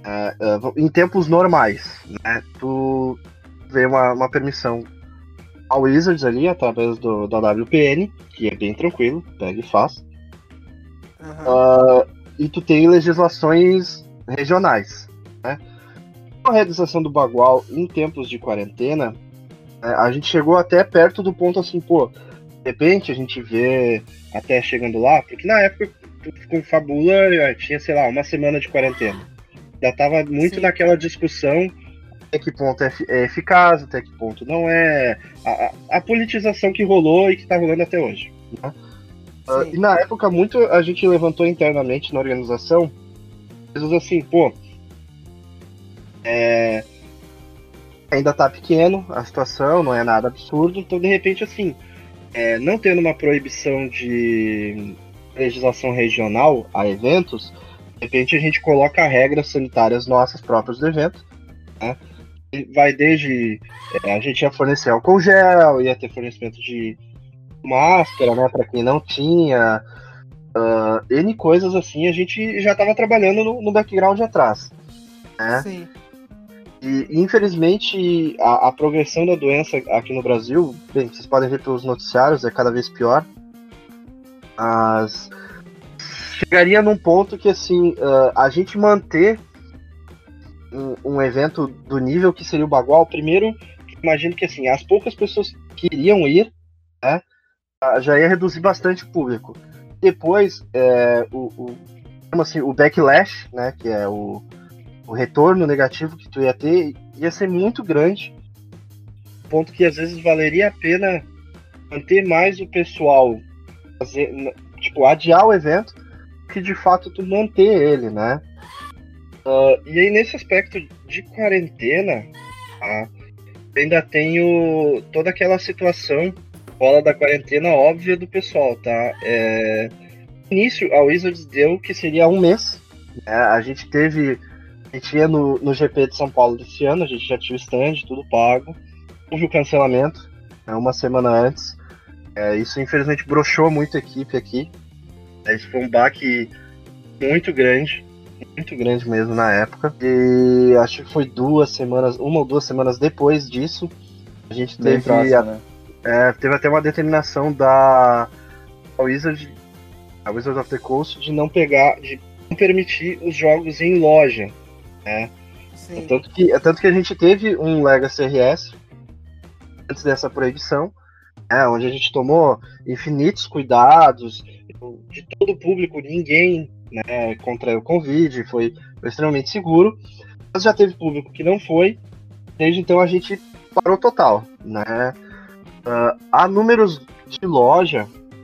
Uh, uh, em tempos normais, né, tu vê uma, uma permissão ao Wizards ali, através do, da W P N, que é bem tranquilo, pega e faz. Uhum. Uh, e tu tem legislações regionais, né. Com a realização do Bagual em tempos de quarentena, né, a gente chegou até perto do ponto assim, pô, de repente a gente vê até chegando lá, porque na época tu com Fabula tinha, sei lá, uma semana de quarentena. Já estava muito Sim. naquela discussão até que ponto é, é eficaz, até que ponto não é. A, a politização que rolou e que está rolando até hoje. Né? Uh, e na época, muito a gente levantou internamente na organização, coisas assim, pô, é, ainda tá pequeno a situação, não é nada absurdo, então de repente, assim, é, não tendo uma proibição de legislação regional a eventos, de repente a gente coloca regras sanitárias nossas próprias do evento, né? E vai desde é, a gente ia fornecer álcool gel, ia ter fornecimento de máscara, né, para quem não tinha, uh, N coisas assim, a gente já estava trabalhando no, no background atrás, né? Sim. E infelizmente a, a progressão da doença aqui no Brasil, bem, vocês podem ver pelos noticiários, é cada vez pior, mas chegaria num ponto que, assim, uh, a gente manter um, um evento do nível que seria o Bagual, primeiro, imagino que, assim, as poucas pessoas que iriam ir, né, já ia reduzir bastante o público. Depois, é, o, o, assim, o backlash, né, que é o, o retorno negativo que tu ia ter, ia ser muito grande, ponto que, às vezes, valeria a pena manter mais o pessoal, fazer, tipo, adiar o evento, que de fato tu manter ele, né? Uh, e aí nesse aspecto de quarentena, tá, ainda tenho toda aquela situação fora da quarentena óbvia do pessoal, tá? É, no início a Wizards deu que seria um mês, né? A gente teve, a gente ia no, no G P de São Paulo desse ano, a gente já tinha o stand, tudo pago, houve o cancelamento, né, uma semana antes. É, isso infelizmente broxou muito a equipe aqui. Isso foi um baque muito grande, muito grande mesmo na época. E acho que foi duas semanas, uma ou duas semanas depois disso, a gente teve, próximo, a, né? é, teve até uma determinação da Wizard, a Wizard of the Coast, de não pegar, de não permitir os jogos em loja, né? Sim. É tanto que, é tanto que a gente teve um Legacy R S antes dessa proibição, é, onde a gente tomou infinitos cuidados de todo o público, ninguém, né, contraiu o Covid, foi, foi extremamente seguro, mas já teve público que não foi, desde então a gente parou total, né? Uh, há números de loja,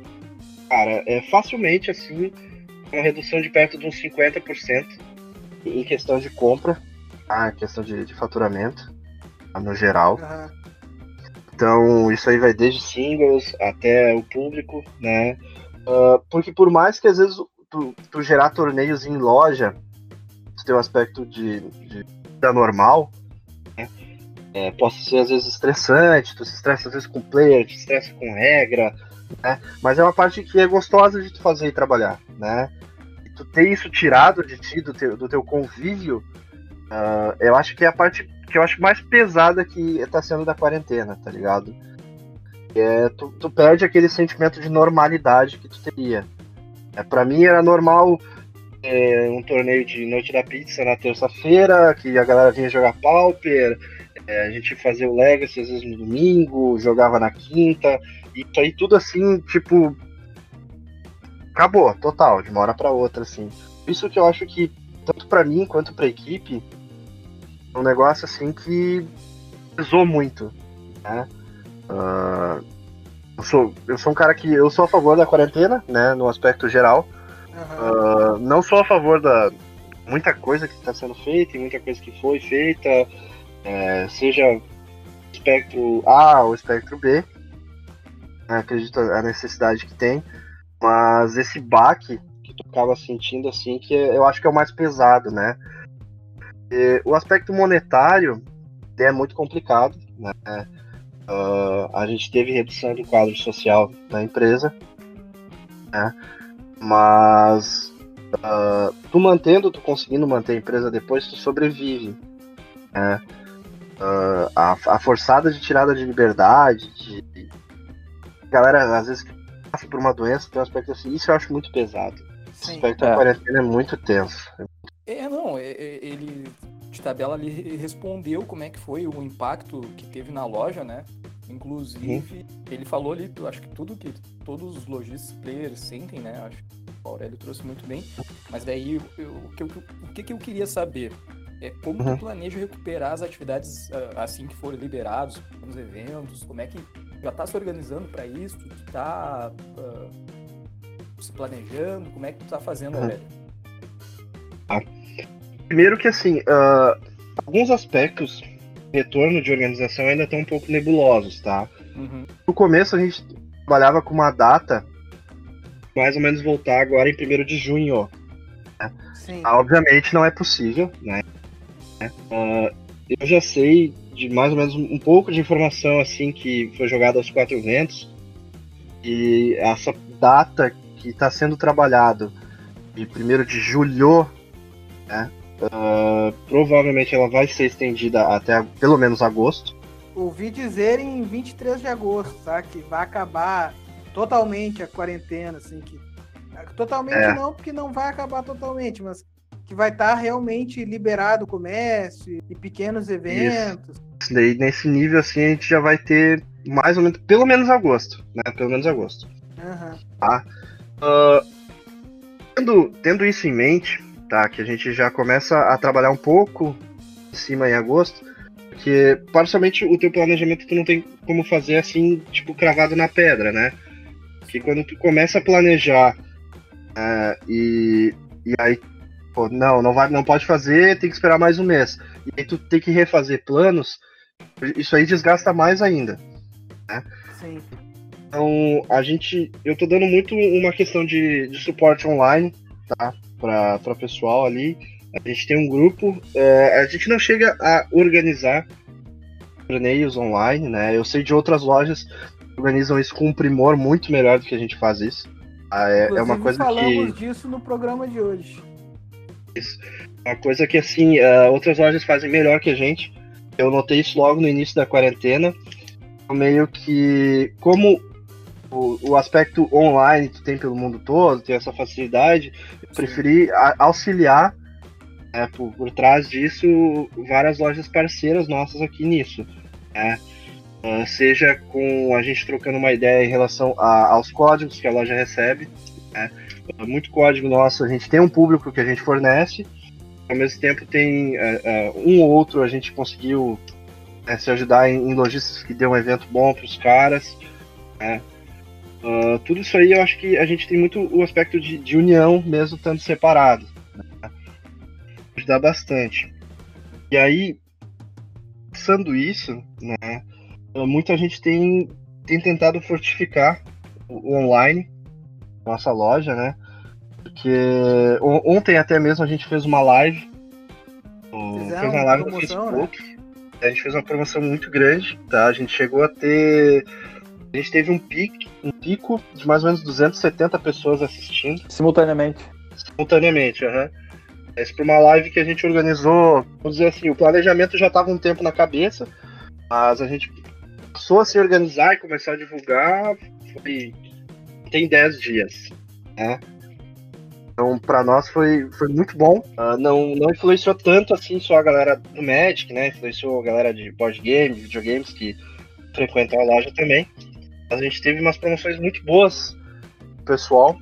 cara, é facilmente assim, uma redução de perto de uns cinquenta por cento em questão de compra, tá? Questão de, de faturamento, tá? No geral. Uhum. Então, isso aí vai desde singles até o público, né? Uh, porque por mais que às vezes tu, tu gerar torneios em loja, tu tem um aspecto de, de vida normal, né? É, possa ser às vezes estressante, tu se estressa às vezes com player, te estressa com regra, né? Mas é uma parte que é gostosa de tu fazer e trabalhar, né? E tu ter isso tirado de ti, do teu, do teu convívio, uh, eu acho que é a parte que eu acho mais pesada que tá sendo da quarentena, tá ligado? É, tu, tu perde aquele sentimento de normalidade que tu teria. É, pra mim era normal é, um torneio de Noite da Pizza na terça-feira, que a galera vinha jogar Pauper, é, a gente fazia o Legacy às vezes no domingo, jogava na quinta, e isso aí tudo assim, tipo, acabou, total, de uma hora pra outra, assim. Isso que eu acho que, tanto pra mim quanto pra equipe, um negócio assim que pesou muito, né? Uh, eu, sou, eu sou um cara que eu sou a favor da quarentena, né? No aspecto geral. Uhum. Uh, não sou a favor da muita coisa que está sendo feita e muita coisa que foi feita, é, seja o espectro A ou o espectro B. Acredito a necessidade que tem, mas esse baque que tu acaba sentindo assim, que eu acho que é o mais pesado, né? E o aspecto monetário é muito complicado, né? Uh, a gente teve redução do quadro social da empresa, né? Mas uh, tu mantendo, tu conseguindo manter a empresa depois, tu sobrevive. Né? Uh, a, a forçada de tirada de liberdade, de, de galera às vezes passa por uma doença, tem um aspecto assim, isso eu acho muito pesado. Sim. O aspecto é. da quarentena é muito tenso. É, não, é, é, ele de tabela ali respondeu como é que foi o impacto que teve na loja, né? Inclusive, uhum. ele falou ali, acho que tudo que todos os lojistas players sentem, né? Acho que o Aurélio trouxe muito bem. Mas daí, eu, o, que eu, o que eu queria saber é como uhum. tu planeja recuperar as atividades assim que forem liberados, nos eventos, como é que já tá se organizando para isso, tu tá uh, se planejando, como é que tu tá fazendo, Aurélio? Ah, primeiro que assim, uh, alguns aspectos retorno de organização ainda estão um pouco nebulosos, tá? Uhum. No começo a gente trabalhava com uma data mais ou menos voltar agora em primeiro de junho. Né? Sim. Ah, obviamente não é possível, né? Uh, eu já sei de mais ou menos um pouco de informação assim que foi jogada aos quatro ventos, e essa data que está sendo trabalhado de primeiro de julho, né? Uh, provavelmente ela vai ser estendida até pelo menos agosto. Ouvi dizer em vinte e três de agosto, tá? Que vai acabar totalmente a quarentena, assim, que totalmente é. não, porque não vai acabar totalmente, mas que vai estar tá realmente liberado o comércio e pequenos eventos. Isso. Daí, nesse nível, assim, a gente já vai ter mais ou menos, pelo menos agosto, né? Pelo menos agosto. Uhum. Tá? Uh, tendo, tendo isso em mente, tá? Que a gente já começa a trabalhar um pouco em cima em agosto, porque parcialmente o teu planejamento tu não tem como fazer assim, tipo, cravado na pedra, né? Porque quando tu começa a planejar uh, e, e aí, pô, não, não, vai, não pode fazer, tem que esperar mais um mês. E aí tu tem que refazer planos, isso aí desgasta mais ainda, né? Sim. Então, a gente, eu tô dando muito uma questão de, de suporte online, tá? Para o pessoal ali. A gente tem um grupo, é, a gente não chega a organizar torneios online, né? Eu sei de outras lojas que organizam isso com um primor muito melhor do que a gente faz isso. É, é uma coisa falamos que... disso no programa de hoje. Isso. Uma coisa que, assim, uh, outras lojas fazem melhor que a gente. Eu notei isso logo no início da quarentena. Meio que, como o, o aspecto online que tem pelo mundo todo, tem essa facilidade, eu preferi a, auxiliar, né, por, por trás disso, várias lojas parceiras nossas aqui nisso. Né? Uh, seja com a gente trocando uma ideia em relação a, aos códigos que a loja recebe. Né? Uh, muito código nosso, a gente tem um público que a gente fornece, ao mesmo tempo tem uh, uh, um ou outro a gente conseguiu uh, se ajudar em, em lojistas que deu um evento bom para os caras. Né? Uh, tudo isso aí eu acho que a gente tem muito o aspecto de, de união, mesmo estando separado. Né? Ajudar bastante. E aí, pensando isso, né, muita gente tem, tem tentado fortificar o, o online, nossa loja, né? Porque on, ontem até mesmo a gente fez uma live, Fizeram fez uma live promoção, no Facebook. Né? A gente fez uma promoção muito grande, tá? A gente chegou a ter... A gente teve um pico, um pico de mais ou menos duzentas e setenta pessoas assistindo. Simultaneamente. Simultaneamente, aham. Uhum. Isso para uma live que a gente organizou, vamos dizer assim, o planejamento já estava um tempo na cabeça, mas a gente passou a se organizar e começar a divulgar, foi... tem dez dias, né? Então, para nós foi, foi muito bom. Uh, não, não influenciou tanto assim só a galera do Magic, né? Influenciou a galera de board games, videogames que frequentam a loja também. A gente teve umas promoções muito boas do pessoal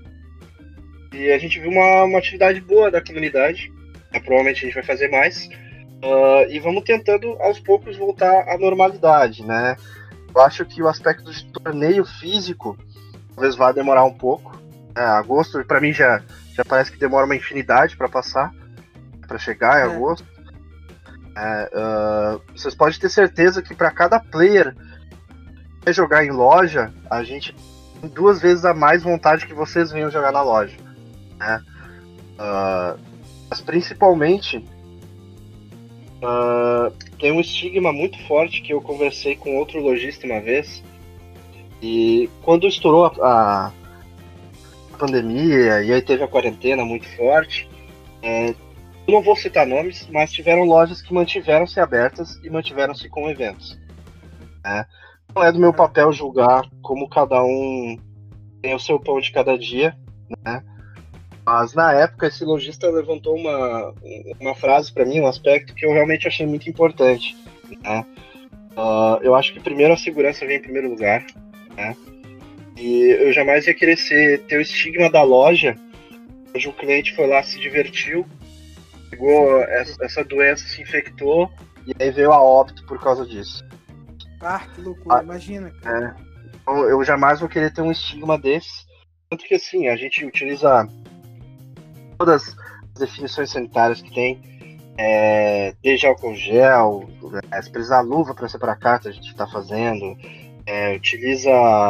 e a gente viu uma, uma atividade boa da comunidade. É, provavelmente a gente vai fazer mais uh, e vamos tentando aos poucos voltar à normalidade, né? Eu acho que o aspecto de torneio físico talvez vá demorar um pouco. É, agosto para mim já, já parece que demora uma infinidade para passar, para chegar em é. agosto. É, uh, vocês podem ter certeza que para cada player jogar em loja, a gente tem duas vezes a mais vontade que vocês venham jogar na loja, né? Uh, mas principalmente uh, tem um estigma muito forte que eu conversei com outro lojista uma vez, e quando estourou a, a pandemia, e aí teve a quarentena muito forte. É, eu não vou citar nomes, mas tiveram lojas que mantiveram-se abertas e mantiveram-se com eventos. Né? Não é do meu papel julgar como cada um tem o seu pão de cada dia, né? Mas na época esse lojista levantou uma, uma frase para mim, um aspecto que eu realmente achei muito importante. Né? Uh, eu acho que primeiro a segurança vem em primeiro lugar, né? E eu jamais ia querer ser, ter o estigma da loja onde o cliente foi lá, se divertiu, pegou essa, essa doença, se infectou e aí veio a óbito por causa disso. Ah, que loucura, Ah, imagina, cara. É, então eu jamais vou querer ter um estigma desse. Tanto que assim, a gente utiliza todas as definições sanitárias que tem, é, desde álcool gel, é, se precisar luva para separar carta, a gente está fazendo, é, utiliza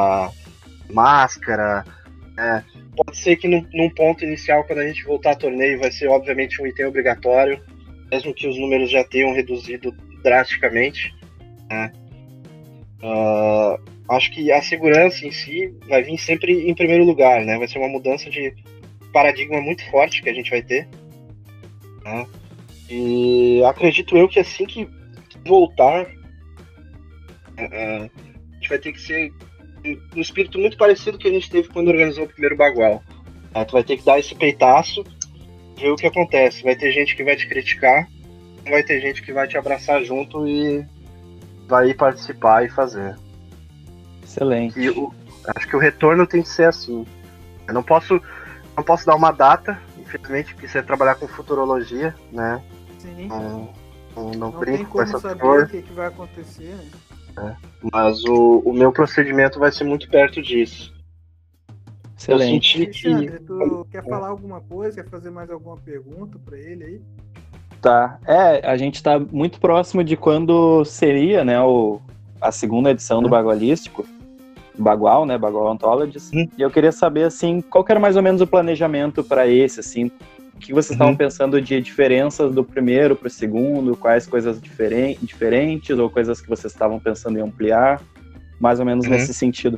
máscara. É, pode ser que num, num ponto inicial, quando a gente voltar a torneio, vai ser obviamente um item obrigatório, mesmo que os números já tenham reduzido drasticamente. Né? Uh, acho que a segurança em si vai vir sempre em primeiro lugar, né? Vai ser uma mudança de paradigma muito forte que a gente vai ter, né? E acredito eu que assim que voltar, uh, a gente vai ter que ser um espírito muito parecido que a gente teve quando organizou o primeiro Bagual. Uh, tu vai ter que dar esse peitaço, ver o que acontece. Vai ter gente que vai te criticar, vai ter gente que vai te abraçar junto e vai ir participar e fazer. Excelente. E o, acho que o retorno tem que ser assim. Eu não posso, não posso dar uma data, infelizmente, porque você vai trabalhar com futurologia, né? Sim. Não, não, não, Não brinco tem com como essa saber cor, o que, que vai acontecer, né? é. Mas o, o meu procedimento vai ser muito perto disso. Excelente. Eu senti que... Alexandre, tu quer falar alguma coisa? Quer fazer mais alguma pergunta para ele aí? Tá. É, a gente tá muito próximo de quando seria, né, o, a segunda edição do Bagualístico, Bagual, né, Bagual Anthologies. Hum. E eu queria saber, assim, qual que era mais ou menos o planejamento para esse, assim, o que vocês estavam Uhum. pensando de diferenças do primeiro para o segundo, quais coisas diferen diferentes ou coisas que vocês estavam pensando em ampliar, mais ou menos Uhum. nesse sentido.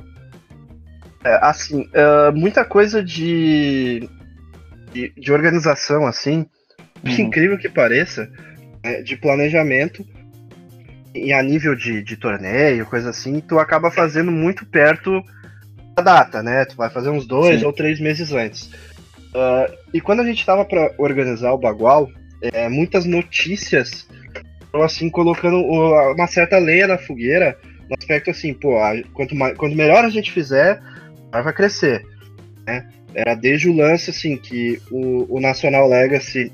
É, assim, uh, muita coisa de, de, de organização, assim, por Uhum. incrível que pareça, né, de planejamento e a nível de, de torneio, coisa assim, tu acaba fazendo muito perto da data, né? Tu vai fazer uns dois Sim. ou três meses antes. Uh, e quando a gente tava para organizar o Bagual, é, muitas notícias estão assim colocando uma certa lenha na fogueira, no aspecto assim, pô, a, quanto, mais, quanto melhor a gente fizer, vai crescer, né? Era desde o lance assim que o, o National Legacy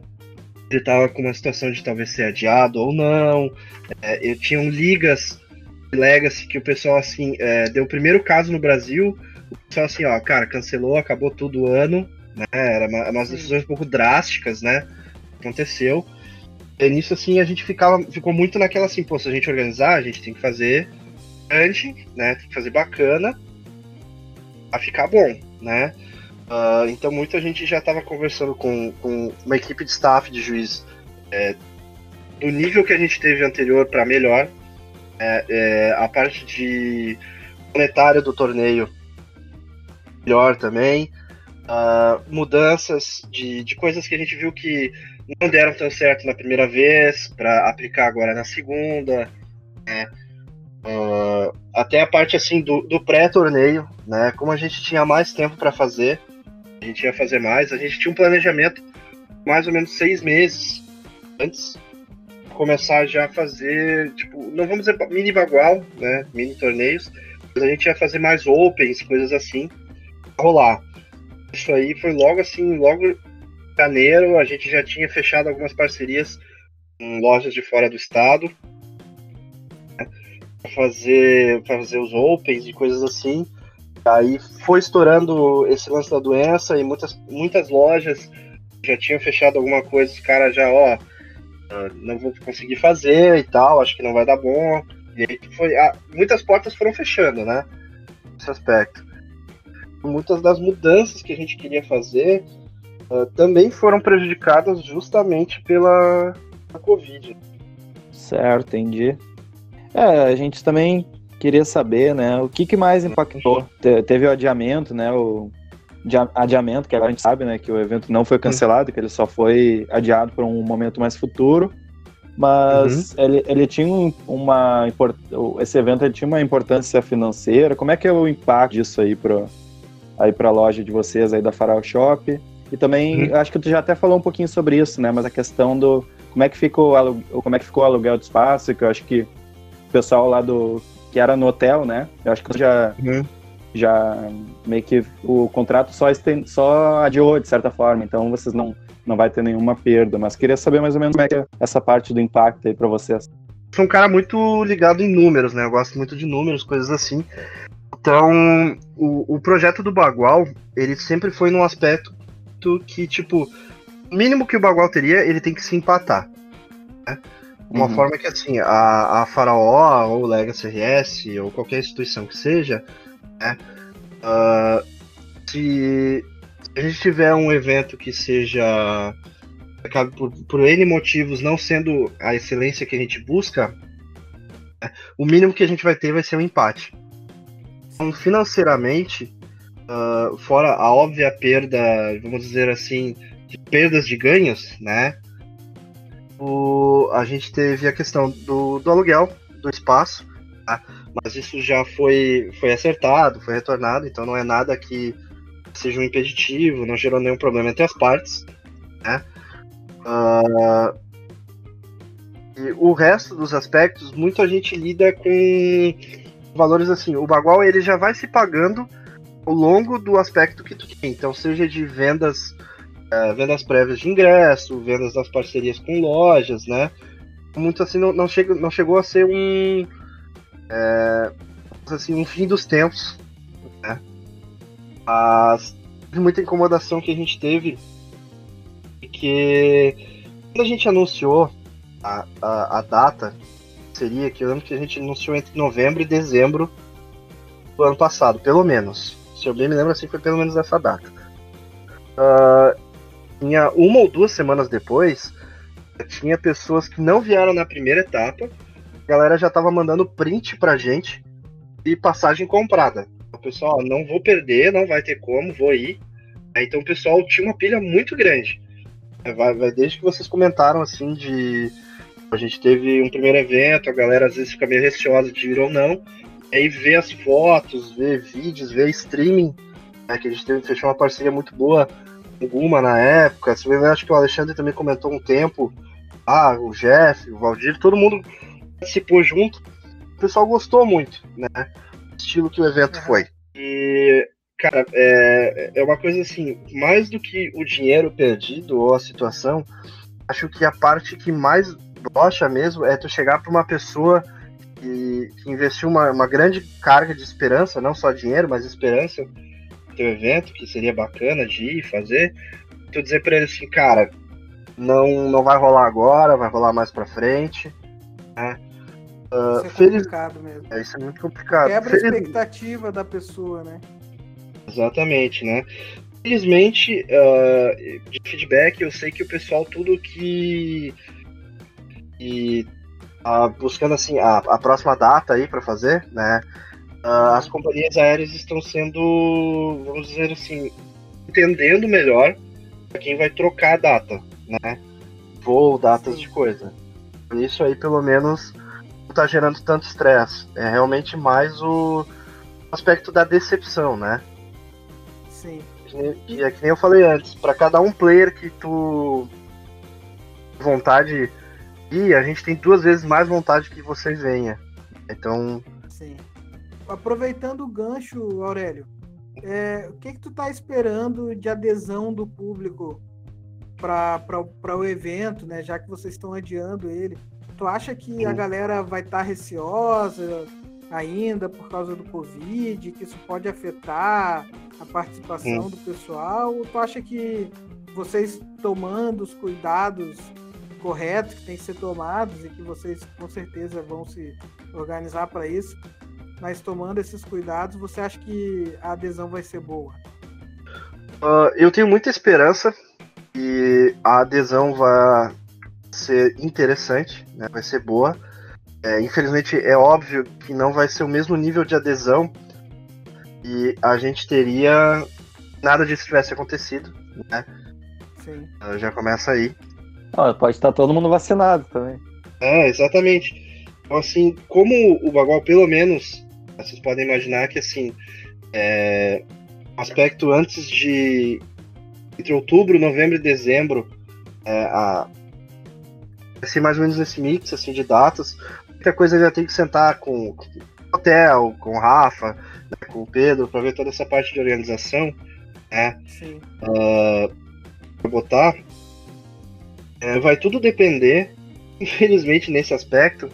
ele tava com uma situação de talvez ser adiado ou não. É, eu tinha um ligas de Legacy que o pessoal assim é, deu o primeiro caso no Brasil, o pessoal assim, ó, cara, cancelou, acabou tudo o ano, né? Era uma, umas decisões um pouco drásticas, né? Aconteceu. E nisso assim a gente ficava, ficou muito naquela assim, pô, se a gente organizar, a gente tem que fazer grande, né? Tem que fazer bacana pra ficar bom, né? Uh, então muita gente já estava conversando com, com uma equipe de staff de juiz é, do nível que a gente teve anterior para melhor. É, é, a parte de monetária do torneio melhor também. Uh, mudanças de, de coisas que a gente viu que não deram tão certo na primeira vez para aplicar agora na segunda. Né? Uh, até a parte assim do, do pré-torneio, né? Como a gente tinha mais tempo para fazer, a gente ia fazer mais. A gente tinha um planejamento mais ou menos seis meses antes de começar já a fazer, tipo, não vamos dizer mini bagual, né? Mini torneios, mas a gente ia fazer mais opens, coisas assim, pra rolar. Isso aí foi logo assim, logo em janeiro, a gente já tinha fechado algumas parcerias com lojas de fora do estado, né? Pra fazer, pra fazer os opens e coisas assim. Aí foi estourando esse lance da doença e muitas, muitas lojas já tinham fechado alguma coisa, os caras já, ó, não vou conseguir fazer e tal, acho que não vai dar bom. E aí foi, ah, muitas portas foram fechando, né? Nesse aspecto. Muitas das mudanças que a gente queria fazer uh, também foram prejudicadas justamente pela, pela Covid. Certo, entendi. É, a gente também queria saber, né, o que, que mais impactou? Te- teve o adiamento, né, o, de adiamento, que agora a gente sabe, né, que o evento não foi cancelado, que ele só foi adiado para um momento mais futuro, mas uhum. ele, ele tinha uma esse evento ele tinha uma importância financeira. Como é que é o impacto disso aí para aí para a loja de vocês aí da Farol Shop? E também, uhum. acho que tu já até falou um pouquinho sobre isso, né, mas a questão do como é que ficou como é que ficou o aluguel do espaço, que eu acho que o pessoal lá do que era no hotel, né, eu acho que já uhum. já meio que o contrato só, estend, só adiou, de certa forma, então vocês não, não vai ter nenhuma perda, mas queria saber mais ou menos como é que é essa parte do impacto aí pra vocês. Sou um cara muito ligado em números, né, eu gosto muito de números, coisas assim, então o, o projeto do Bagual, ele sempre foi num aspecto que, tipo, o mínimo que o Bagual teria, ele tem que se empatar, né? Uma uhum. forma que, assim, a, a Faraó, ou Legacy R S, ou qualquer instituição que seja, né? Uh, se, se a gente tiver um evento que seja, por, por N motivos, não sendo a excelência que a gente busca, né, o mínimo que a gente vai ter vai ser um empate. Então, financeiramente, uh, fora a óbvia perda, vamos dizer assim, de perdas de ganhos, né? O, a gente teve a questão do, do aluguel do espaço, tá? Mas isso já foi, foi acertado, foi retornado, então não é nada que seja um impeditivo, não gerou nenhum problema entre as partes, né? Uh, e o resto dos aspectos, muita gente lida com valores assim, o Bagual ele já vai se pagando ao longo do aspecto que tu tem, então seja de vendas, uh, vendas prévias de ingresso, vendas das parcerias com lojas, né? Muito assim, não, não, chega, não chegou a ser um É, assim, um fim dos tempos, né? Mas muita incomodação que a gente teve, porque quando a gente anunciou a, a, a data, seria que eu lembro que a gente anunciou entre novembro e dezembro do ano passado, pelo menos. Se eu bem me lembro, assim, foi pelo menos essa data. Uh, tinha uma ou duas semanas depois, tinha pessoas que não vieram na primeira etapa. A galera já tava mandando print pra gente e passagem comprada. O pessoal, não vou perder, não vai ter como, vou ir. Então o pessoal tinha uma pilha muito grande. Vai, vai desde que vocês comentaram assim de... A gente teve um primeiro evento, a galera às vezes fica meio receosa de ir ou não. Aí vê as fotos, vê vídeos, vê streaming, né, que a gente teve, fechou uma parceria muito boa com o Guma na época. Eu acho que o Alexandre também comentou um tempo. Ah, o Jeff, o Valdir, todo mundo participou junto, o pessoal gostou muito, né? O estilo que o evento foi. E, cara, é, é uma coisa assim, mais do que o dinheiro perdido ou a situação, acho que a parte que mais brocha mesmo é tu chegar para uma pessoa que, que investiu uma, uma grande carga de esperança, não só dinheiro, mas esperança no teu evento, que seria bacana de ir fazer, tu dizer para ele assim, cara, não, não vai rolar agora, vai rolar mais para frente, né? Uh, isso é complicado feliz... mesmo. É, isso é muito complicado. Quebra feliz... a expectativa da pessoa, né? Exatamente, né? Felizmente, uh, de feedback, eu sei que o pessoal, tudo que... que uh, buscando assim, a, a próxima data aí para fazer, né? Uh, as companhias aéreas estão sendo, vamos dizer assim, entendendo melhor para quem vai trocar a data, né? Voo, datas Sim. de coisa. Isso aí, pelo menos, não tá gerando tanto estresse. É realmente mais o aspecto da decepção, né? Sim. E é que nem eu falei antes, para cada um player que tu vontade ir, a gente tem duas vezes mais vontade que você venha. Então... Sim. Aproveitando o gancho, Aurélio, é, o que que tu tá esperando de adesão do público para o evento, né? Já que vocês estão adiando ele? Tu acha que a galera vai estar tá receosa ainda por causa do Covid, que isso pode afetar a participação hum. do pessoal? Ou tu acha que vocês tomando os cuidados corretos que têm que ser tomados e que vocês com certeza vão se organizar para isso, mas tomando esses cuidados, você acha que a adesão vai ser boa? Uh, eu tenho muita esperança que a adesão vai ser interessante, né? Vai ser boa. É, infelizmente é óbvio que não vai ser o mesmo nível de adesão e a gente teria nada disso tivesse acontecido, né? Sim. Já começa aí. Ah, pode estar todo mundo vacinado também. É, exatamente. Então, assim, como o Bagual, pelo menos, vocês podem imaginar que, assim, é, um aspecto antes de... Entre outubro, novembro e dezembro, é, a, vai ser mais ou menos esse mix, assim, de datas. Muita coisa já tem que sentar com, com o hotel, com o Rafa, né, com o Pedro, para ver toda essa parte de organização, né? Sim. Uh, pra botar. É, vai tudo depender, infelizmente, nesse aspecto,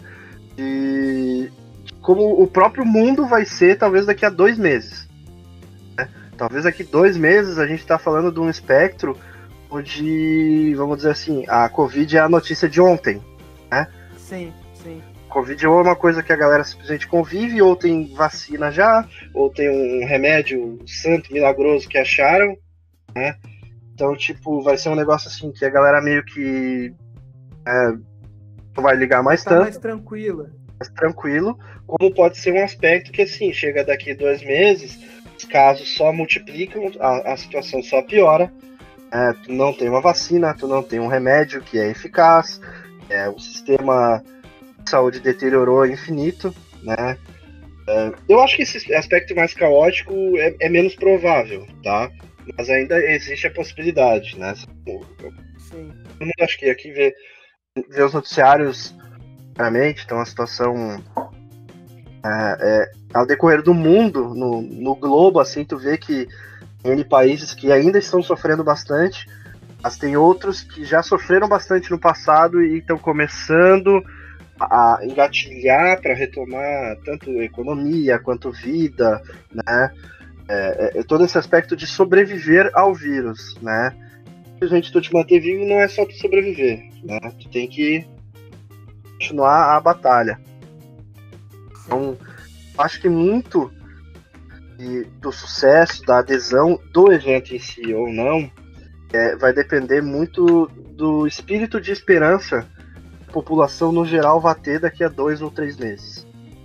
de como o próprio mundo vai ser, talvez daqui a dois meses. Né? Talvez daqui a dois meses a gente está falando de um espectro onde, vamos dizer assim, a Covid é a notícia de ontem. Né? Sim, sim. Covid ou é uma coisa que a galera simplesmente convive, ou tem vacina já, ou tem um remédio santo, milagroso que acharam, né? Então, tipo, vai ser um negócio assim, que a galera meio que é, não vai ligar mais tá tanto. mais tranquila. Mais tranquilo, como pode ser um aspecto que, assim, chega daqui dois meses, os casos só multiplicam, a, a situação só piora, é, tu não tem uma vacina, tu não tem um remédio que é eficaz, é, o sistema de saúde deteriorou infinito, né? É, eu acho que esse aspecto mais caótico é, é menos provável, tá? Mas ainda existe a possibilidade, né? Sim. Todo mundo acho que aqui vê, vê os noticiários claramente, então a situação é, é, ao decorrer do mundo, no, no globo, assim, tu vê que tem países que ainda estão sofrendo bastante, mas tem outros que já sofreram bastante no passado e estão começando a engatilhar para retomar tanto economia quanto vida, né? É, é, todo esse aspecto de sobreviver ao vírus, né? Simplesmente tu te manter vivo não é só tu sobreviver, né? Tu tem que continuar a batalha. Então, acho que muito de, do sucesso, da adesão do evento em si ou não, é, vai depender muito do espírito de esperança que a população no geral vai ter daqui a dois ou três meses.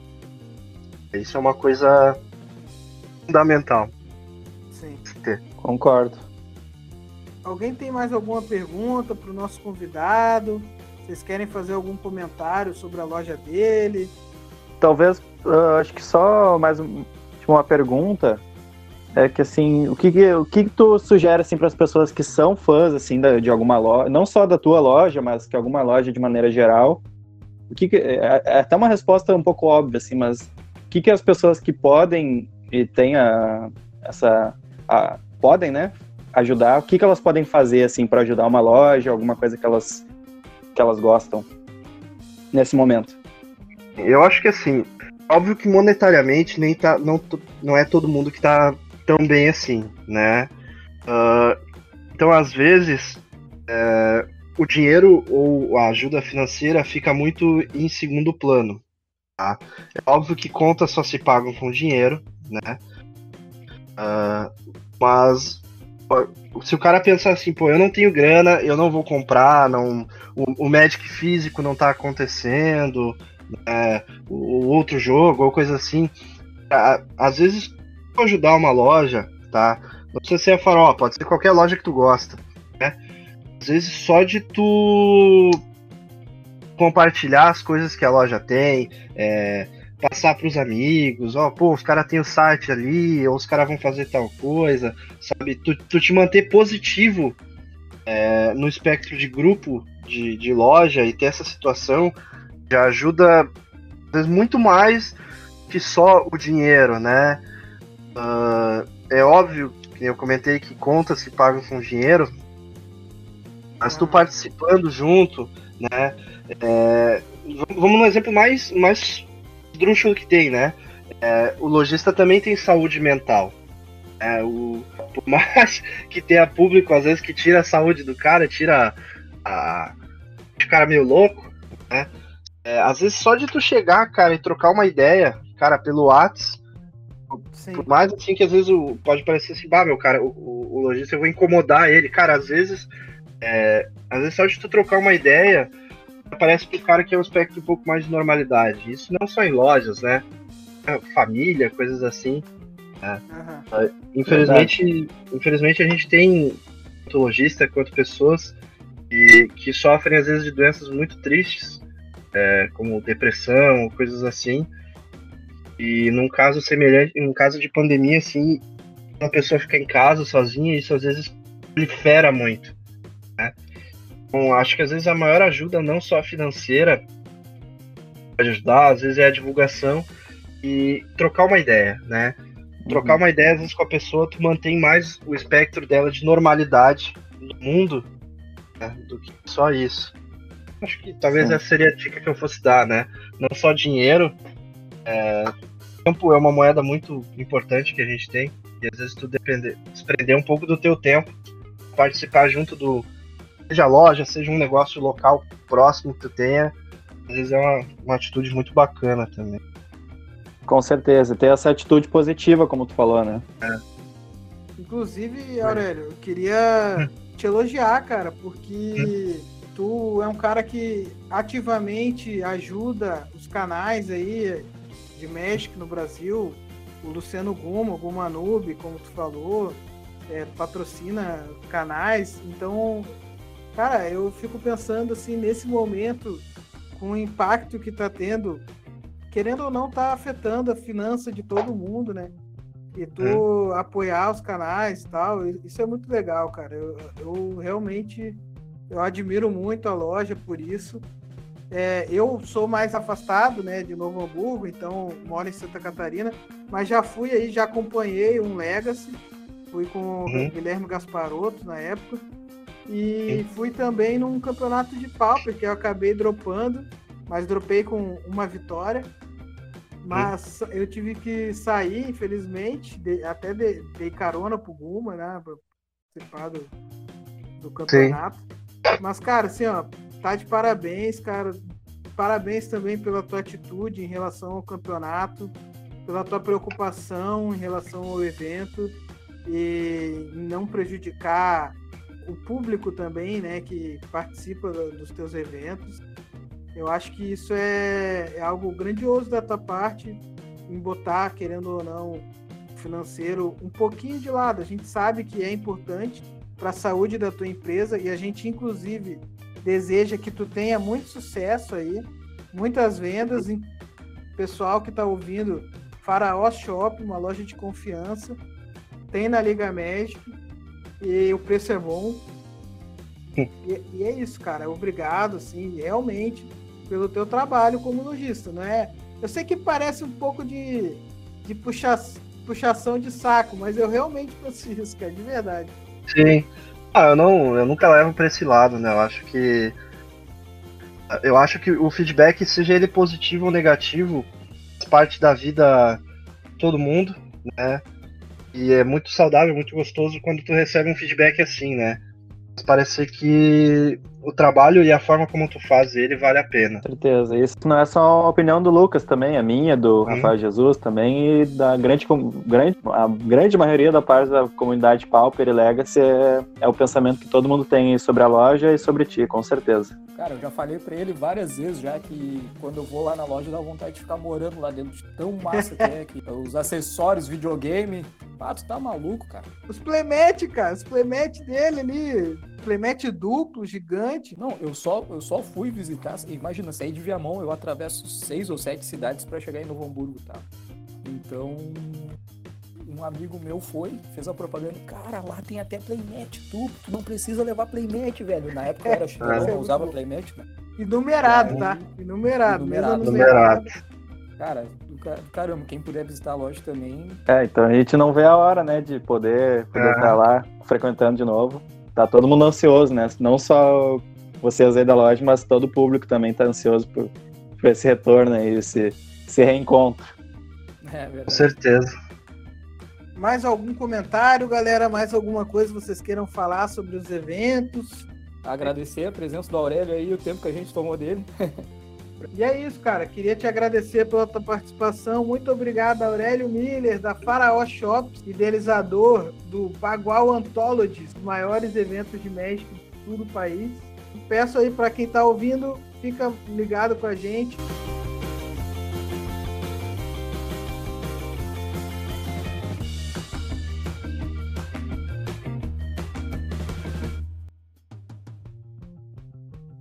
Isso é uma coisa fundamental. Sim. Concordo. Alguém tem mais alguma pergunta para o nosso convidado? Vocês querem fazer algum comentário sobre a loja dele? Talvez, uh, acho que só mais um, tipo, uma pergunta é que, assim, o que, que, o que, que tu sugere, assim, para as pessoas que são fãs, assim, da, de alguma loja, não só da tua loja, mas que alguma loja de maneira geral, o que, que é, é até uma resposta um pouco óbvia, assim, mas o que, que as pessoas que podem e têm a, essa, a, podem, né, ajudar, o que, que elas podem fazer, assim, para ajudar uma loja, alguma coisa que elas, que elas gostam nesse momento? Eu acho que, assim, óbvio que monetariamente nem tá, não, não é todo mundo que tá tão bem assim, né? Uh, então, às vezes, é, o dinheiro ou a ajuda financeira fica muito em segundo plano, tá? É óbvio que contas só se pagam com dinheiro, né? Uh, mas se o cara pensar assim, pô, eu não tenho grana, eu não vou comprar, não, o, o Magic físico não tá acontecendo, né, o, o outro jogo, ou coisa assim, a, às vezes ajudar uma loja, tá? Não precisa ser a Farol, pode ser qualquer loja que tu gosta, né? Às vezes só de tu compartilhar as coisas que a loja tem, é, passar para os amigos, ó, pô, os caras têm o site ali, ou os caras vão fazer tal coisa, sabe? Tu, tu te manter positivo é, no espectro de grupo de, de loja e ter essa situação já ajuda, às vezes, muito mais que só o dinheiro, né? Uh, é óbvio, que eu comentei que contas se pagam com dinheiro, mas tu participando junto, né? É, vamos no exemplo mais, mais esdrúxulo que tem, né? É, o lojista também tem saúde mental. É, o, por mais que tenha público, às vezes, que tira a saúde do cara, tira a, o cara meio louco, né? É, às vezes só de tu chegar, cara, e trocar uma ideia, cara, pelo WhatsApp, por mais assim que às vezes o, pode parecer assim, bah, meu cara, o, o, o lojista, eu vou incomodar ele, cara, às vezes, é, às vezes só de tu trocar uma ideia, parece pro cara que é um aspecto um pouco mais de normalidade. Isso não só em lojas, né? Família, coisas assim. Né? Uhum. Infelizmente, infelizmente a gente tem tanto lojista quanto pessoas que, que sofrem às vezes de doenças muito tristes, é, como depressão ou coisas assim. E num caso semelhante, num caso de pandemia, assim, uma pessoa fica em casa sozinha, isso às vezes prolifera muito, né? Então, acho que às vezes a maior ajuda, não só financeira, pode ajudar, às vezes é a divulgação e trocar uma ideia, né? Trocar uma ideia, às vezes, com a pessoa, tu mantém mais o espectro dela de normalidade no mundo, né, do que só isso. Acho que talvez Sim. essa seria a dica que eu fosse dar, né? Não só dinheiro, é... o tempo é uma moeda muito importante que a gente tem, e às vezes tu depender, desprender um pouco do teu tempo, participar junto do, seja loja, seja um negócio local próximo que tu tenha, às vezes é uma, uma atitude muito bacana também. Com certeza, ter essa atitude positiva, como tu falou, né? É. Inclusive, Aurélio, eu queria te elogiar, cara, porque tu é um cara que ativamente ajuda os canais aí de Magic no Brasil, o Luciano Guma, o Guma Noob, como tu falou, é, patrocina canais, então, cara, eu fico pensando assim, nesse momento, com o impacto que tá tendo, querendo ou não, tá afetando a finança de todo mundo, né? E tu hum. apoiar os canais e tal, isso é muito legal, cara. Eu, eu realmente eu admiro muito a loja por isso. É, eu sou mais afastado, né, de Novo Hamburgo, então moro em Santa Catarina, mas já fui aí, já acompanhei um Legacy, fui com uhum. o Guilherme Gasparotto na época, e uhum. fui também num campeonato de Pauper, que eu acabei dropando, mas dropei com uma vitória, mas uhum. eu tive que sair, infelizmente, de, até de, dei carona pro Guma, né, pra participar do, do campeonato. Sim. Mas, cara, assim, ó, tá de parabéns, cara, parabéns também pela tua atitude em relação ao campeonato, pela tua preocupação em relação ao evento e não prejudicar o público também, né, que participa dos teus eventos. Eu acho que isso é, é algo grandioso da tua parte, em botar, querendo ou não, o financeiro um pouquinho de lado. A gente sabe que é importante para a saúde da tua empresa e a gente, inclusive, deseja que tu tenha muito sucesso aí, muitas vendas. Pessoal que está ouvindo, Faraó Shop, uma loja de confiança, tem na Liga Magic e o preço é bom. E, e é isso, cara. Obrigado, assim, realmente, pelo teu trabalho como lojista, não é? Eu sei que parece um pouco de, de puxa, puxação de saco, mas eu realmente penso isso, cara, de verdade. Sim. Ah, eu, não, eu nunca levo para esse lado, né? Eu acho que eu acho que o feedback, seja ele positivo ou negativo, faz parte da vida de todo mundo, né? E é muito saudável, muito gostoso quando tu recebe um feedback assim, né? Parecer que o trabalho e a forma como tu faz ele vale a pena. Com certeza. Isso não é só a opinião do Lucas também, a minha, do hum. Rafael Jesus também, e da grande, grande, a grande maioria da parte da comunidade Pauper e Legacy é, é o pensamento que todo mundo tem sobre a loja e sobre ti, com certeza. Cara, eu já falei pra ele várias vezes já que quando eu vou lá na loja dá vontade de ficar morando lá dentro, de tão massa que é, que os acessórios, videogame, ah, tu tá maluco, cara. Os playmat, cara, os playmat dele ali, playmat duplo, gigante. Não, eu só, eu só fui visitar, imagina, sair de Viamão, eu atravesso seis ou sete cidades pra chegar em Novo Hamburgo, tá? Então, um amigo meu foi, fez a propaganda, cara, lá tem até playmat duplo, tu não precisa levar playmat, velho. Na época eu era chileno, eu não usava playmat, né? E numerado, tá? E numerado, numerado. numerado. Cara, caramba, quem puder visitar a loja também... É, então a gente não vê a hora, né, de poder estar poder é. lá frequentando de novo. Tá todo mundo ansioso, né? Não só vocês aí da loja, mas todo o público também tá ansioso por, por esse retorno aí, esse, esse reencontro. É verdade. Com certeza. Mais algum comentário, galera? Mais alguma coisa que vocês queiram falar sobre os eventos? Agradecer a presença do Aurélio aí, o tempo que a gente tomou dele. E é isso, cara. Queria te agradecer pela tua participação. Muito obrigado, Aurélio Miller, da Faraó Shops, idealizador do Bagual Anthology, os maiores eventos de Magic de todo o país. Peço aí para quem tá ouvindo, fica ligado com a gente.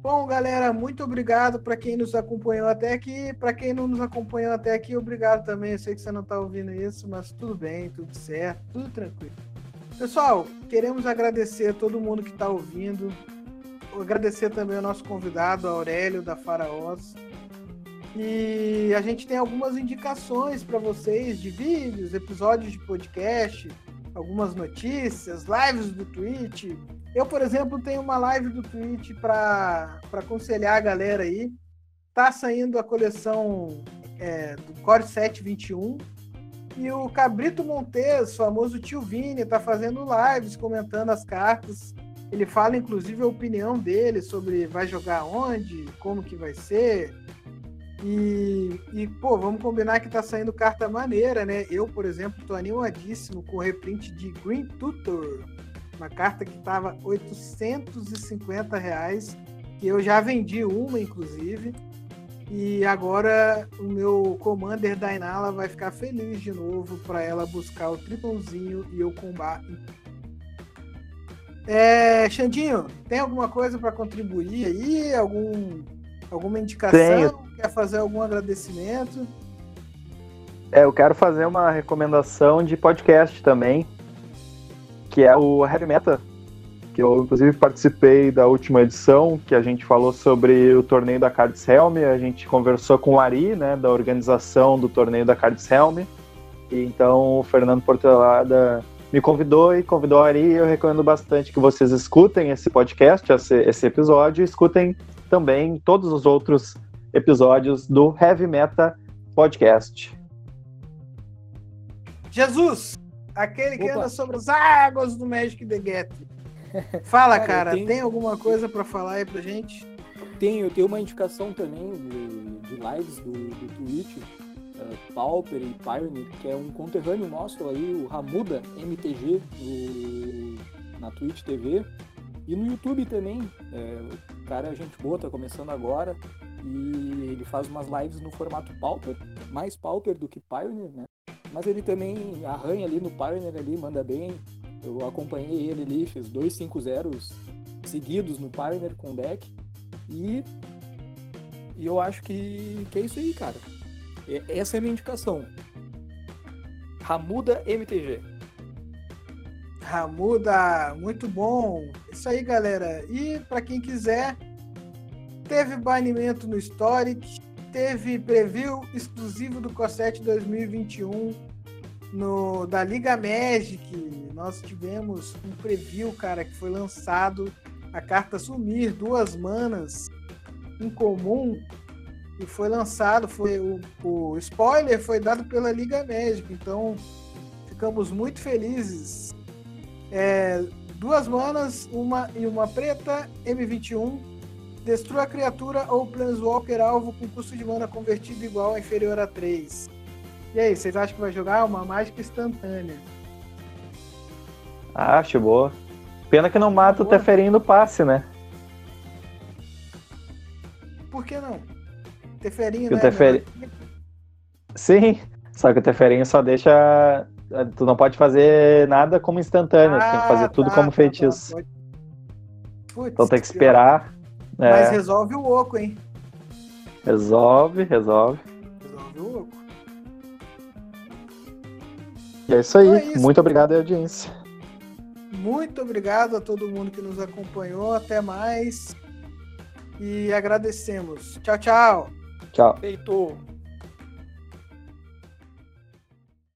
Bom, galera, muito obrigado para quem nos acompanhou até aqui. Para quem não nos acompanhou até aqui, obrigado também. Eu sei que você não está ouvindo isso, mas tudo bem, tudo certo, tudo tranquilo. Pessoal, queremos agradecer a todo mundo que está ouvindo. Agradecer também ao nosso convidado, Aurélio, da Faraós. E a gente tem algumas indicações para vocês de vídeos, episódios de podcast, algumas notícias, lives do Twitch. Eu, por exemplo, tenho uma live do Twitch para aconselhar a galera aí. Tá saindo a coleção é, do Core sete vinte e um. E o Cabrito Montes, famoso tio Vini, tá fazendo lives comentando as cartas. Ele fala, inclusive, a opinião dele sobre vai jogar onde, como que vai ser. E, e, pô, vamos combinar que tá saindo carta maneira, né? Eu, por exemplo, tô animadíssimo com o reprint de Green Tutor. Uma carta que tava oitocentos e cinquenta reais, que eu já vendi uma, inclusive. E agora o meu Commander da Inala vai ficar feliz de novo para ela buscar o tripãozinho e eu combate. É, Xandinho, tem alguma coisa para contribuir aí? Algum, alguma indicação? Tenho. Quer fazer algum agradecimento? É, eu quero fazer uma recomendação de podcast também, que é o Heavy Meta, que eu inclusive participei da última edição, que a gente falou sobre o torneio da Cards Helm. A gente conversou com o Ari, né, da organização do torneio da Cards Helm, e então o Fernando Portelada me convidou e convidou o Ari, e eu recomendo bastante que vocês escutem esse podcast, esse, esse episódio, e escutem também todos os outros episódios do Heavy Meta Podcast. Jesus, aquele que Opa. anda sobre as águas do Magic the Gathering. Fala, Cara, cara, tenho... tem alguma coisa para falar aí pra gente? Tenho, eu tenho uma indicação também de, de lives do, do Twitch, uh, Pauper e Pioneer, que é um conterrâneo nosso aí, o Ramuda M T G, no, na Twitch T V. E no YouTube também, é, o cara é gente boa, tá começando agora, e ele faz umas lives no formato Pauper, mais Pauper do que Pioneer, né? Mas ele também arranha ali no Pioneer, ali, manda bem. Eu acompanhei ele ali, fez dois cinco zeros seguidos no Pioneer com deck, e, e eu acho que, que é isso aí, cara. E, essa é a minha indicação. Ramuda M T G. Ramuda, muito bom. Isso aí, galera. E para quem quiser, teve banimento no Historic, teve preview exclusivo do Core sete dois mil e vinte e um no, da Liga Magic. Nós tivemos um preview, cara, que foi lançado a carta Sumir, duas manas em comum, e foi lançado, foi o, o spoiler foi dado pela Liga Magic, então ficamos muito felizes. É, duas manas, uma e uma preta, M vinte e um, destrua a criatura ou Planeswalker alvo com custo de mana convertido igual ou inferior a três. E aí, vocês acham que vai jogar uma mágica instantânea? Acho boa. Pena que não mata boa. O Teferinho do passe, né? Por que não? Teferinho, né? O Teferi... Sim, só que o Teferinho só deixa... Tu não pode fazer nada como instantâneo, ah, tu tem que fazer tudo tá, como feitiço. Tá, pode... Putz, então tem que esperar. Mas é... resolve o oco, hein? Resolve, resolve. Resolve o oco. E é isso aí. Então é isso. Muito obrigado, audiência. Muito obrigado a todo mundo que nos acompanhou. Até mais. E agradecemos. Tchau, tchau. Tchau. Feito.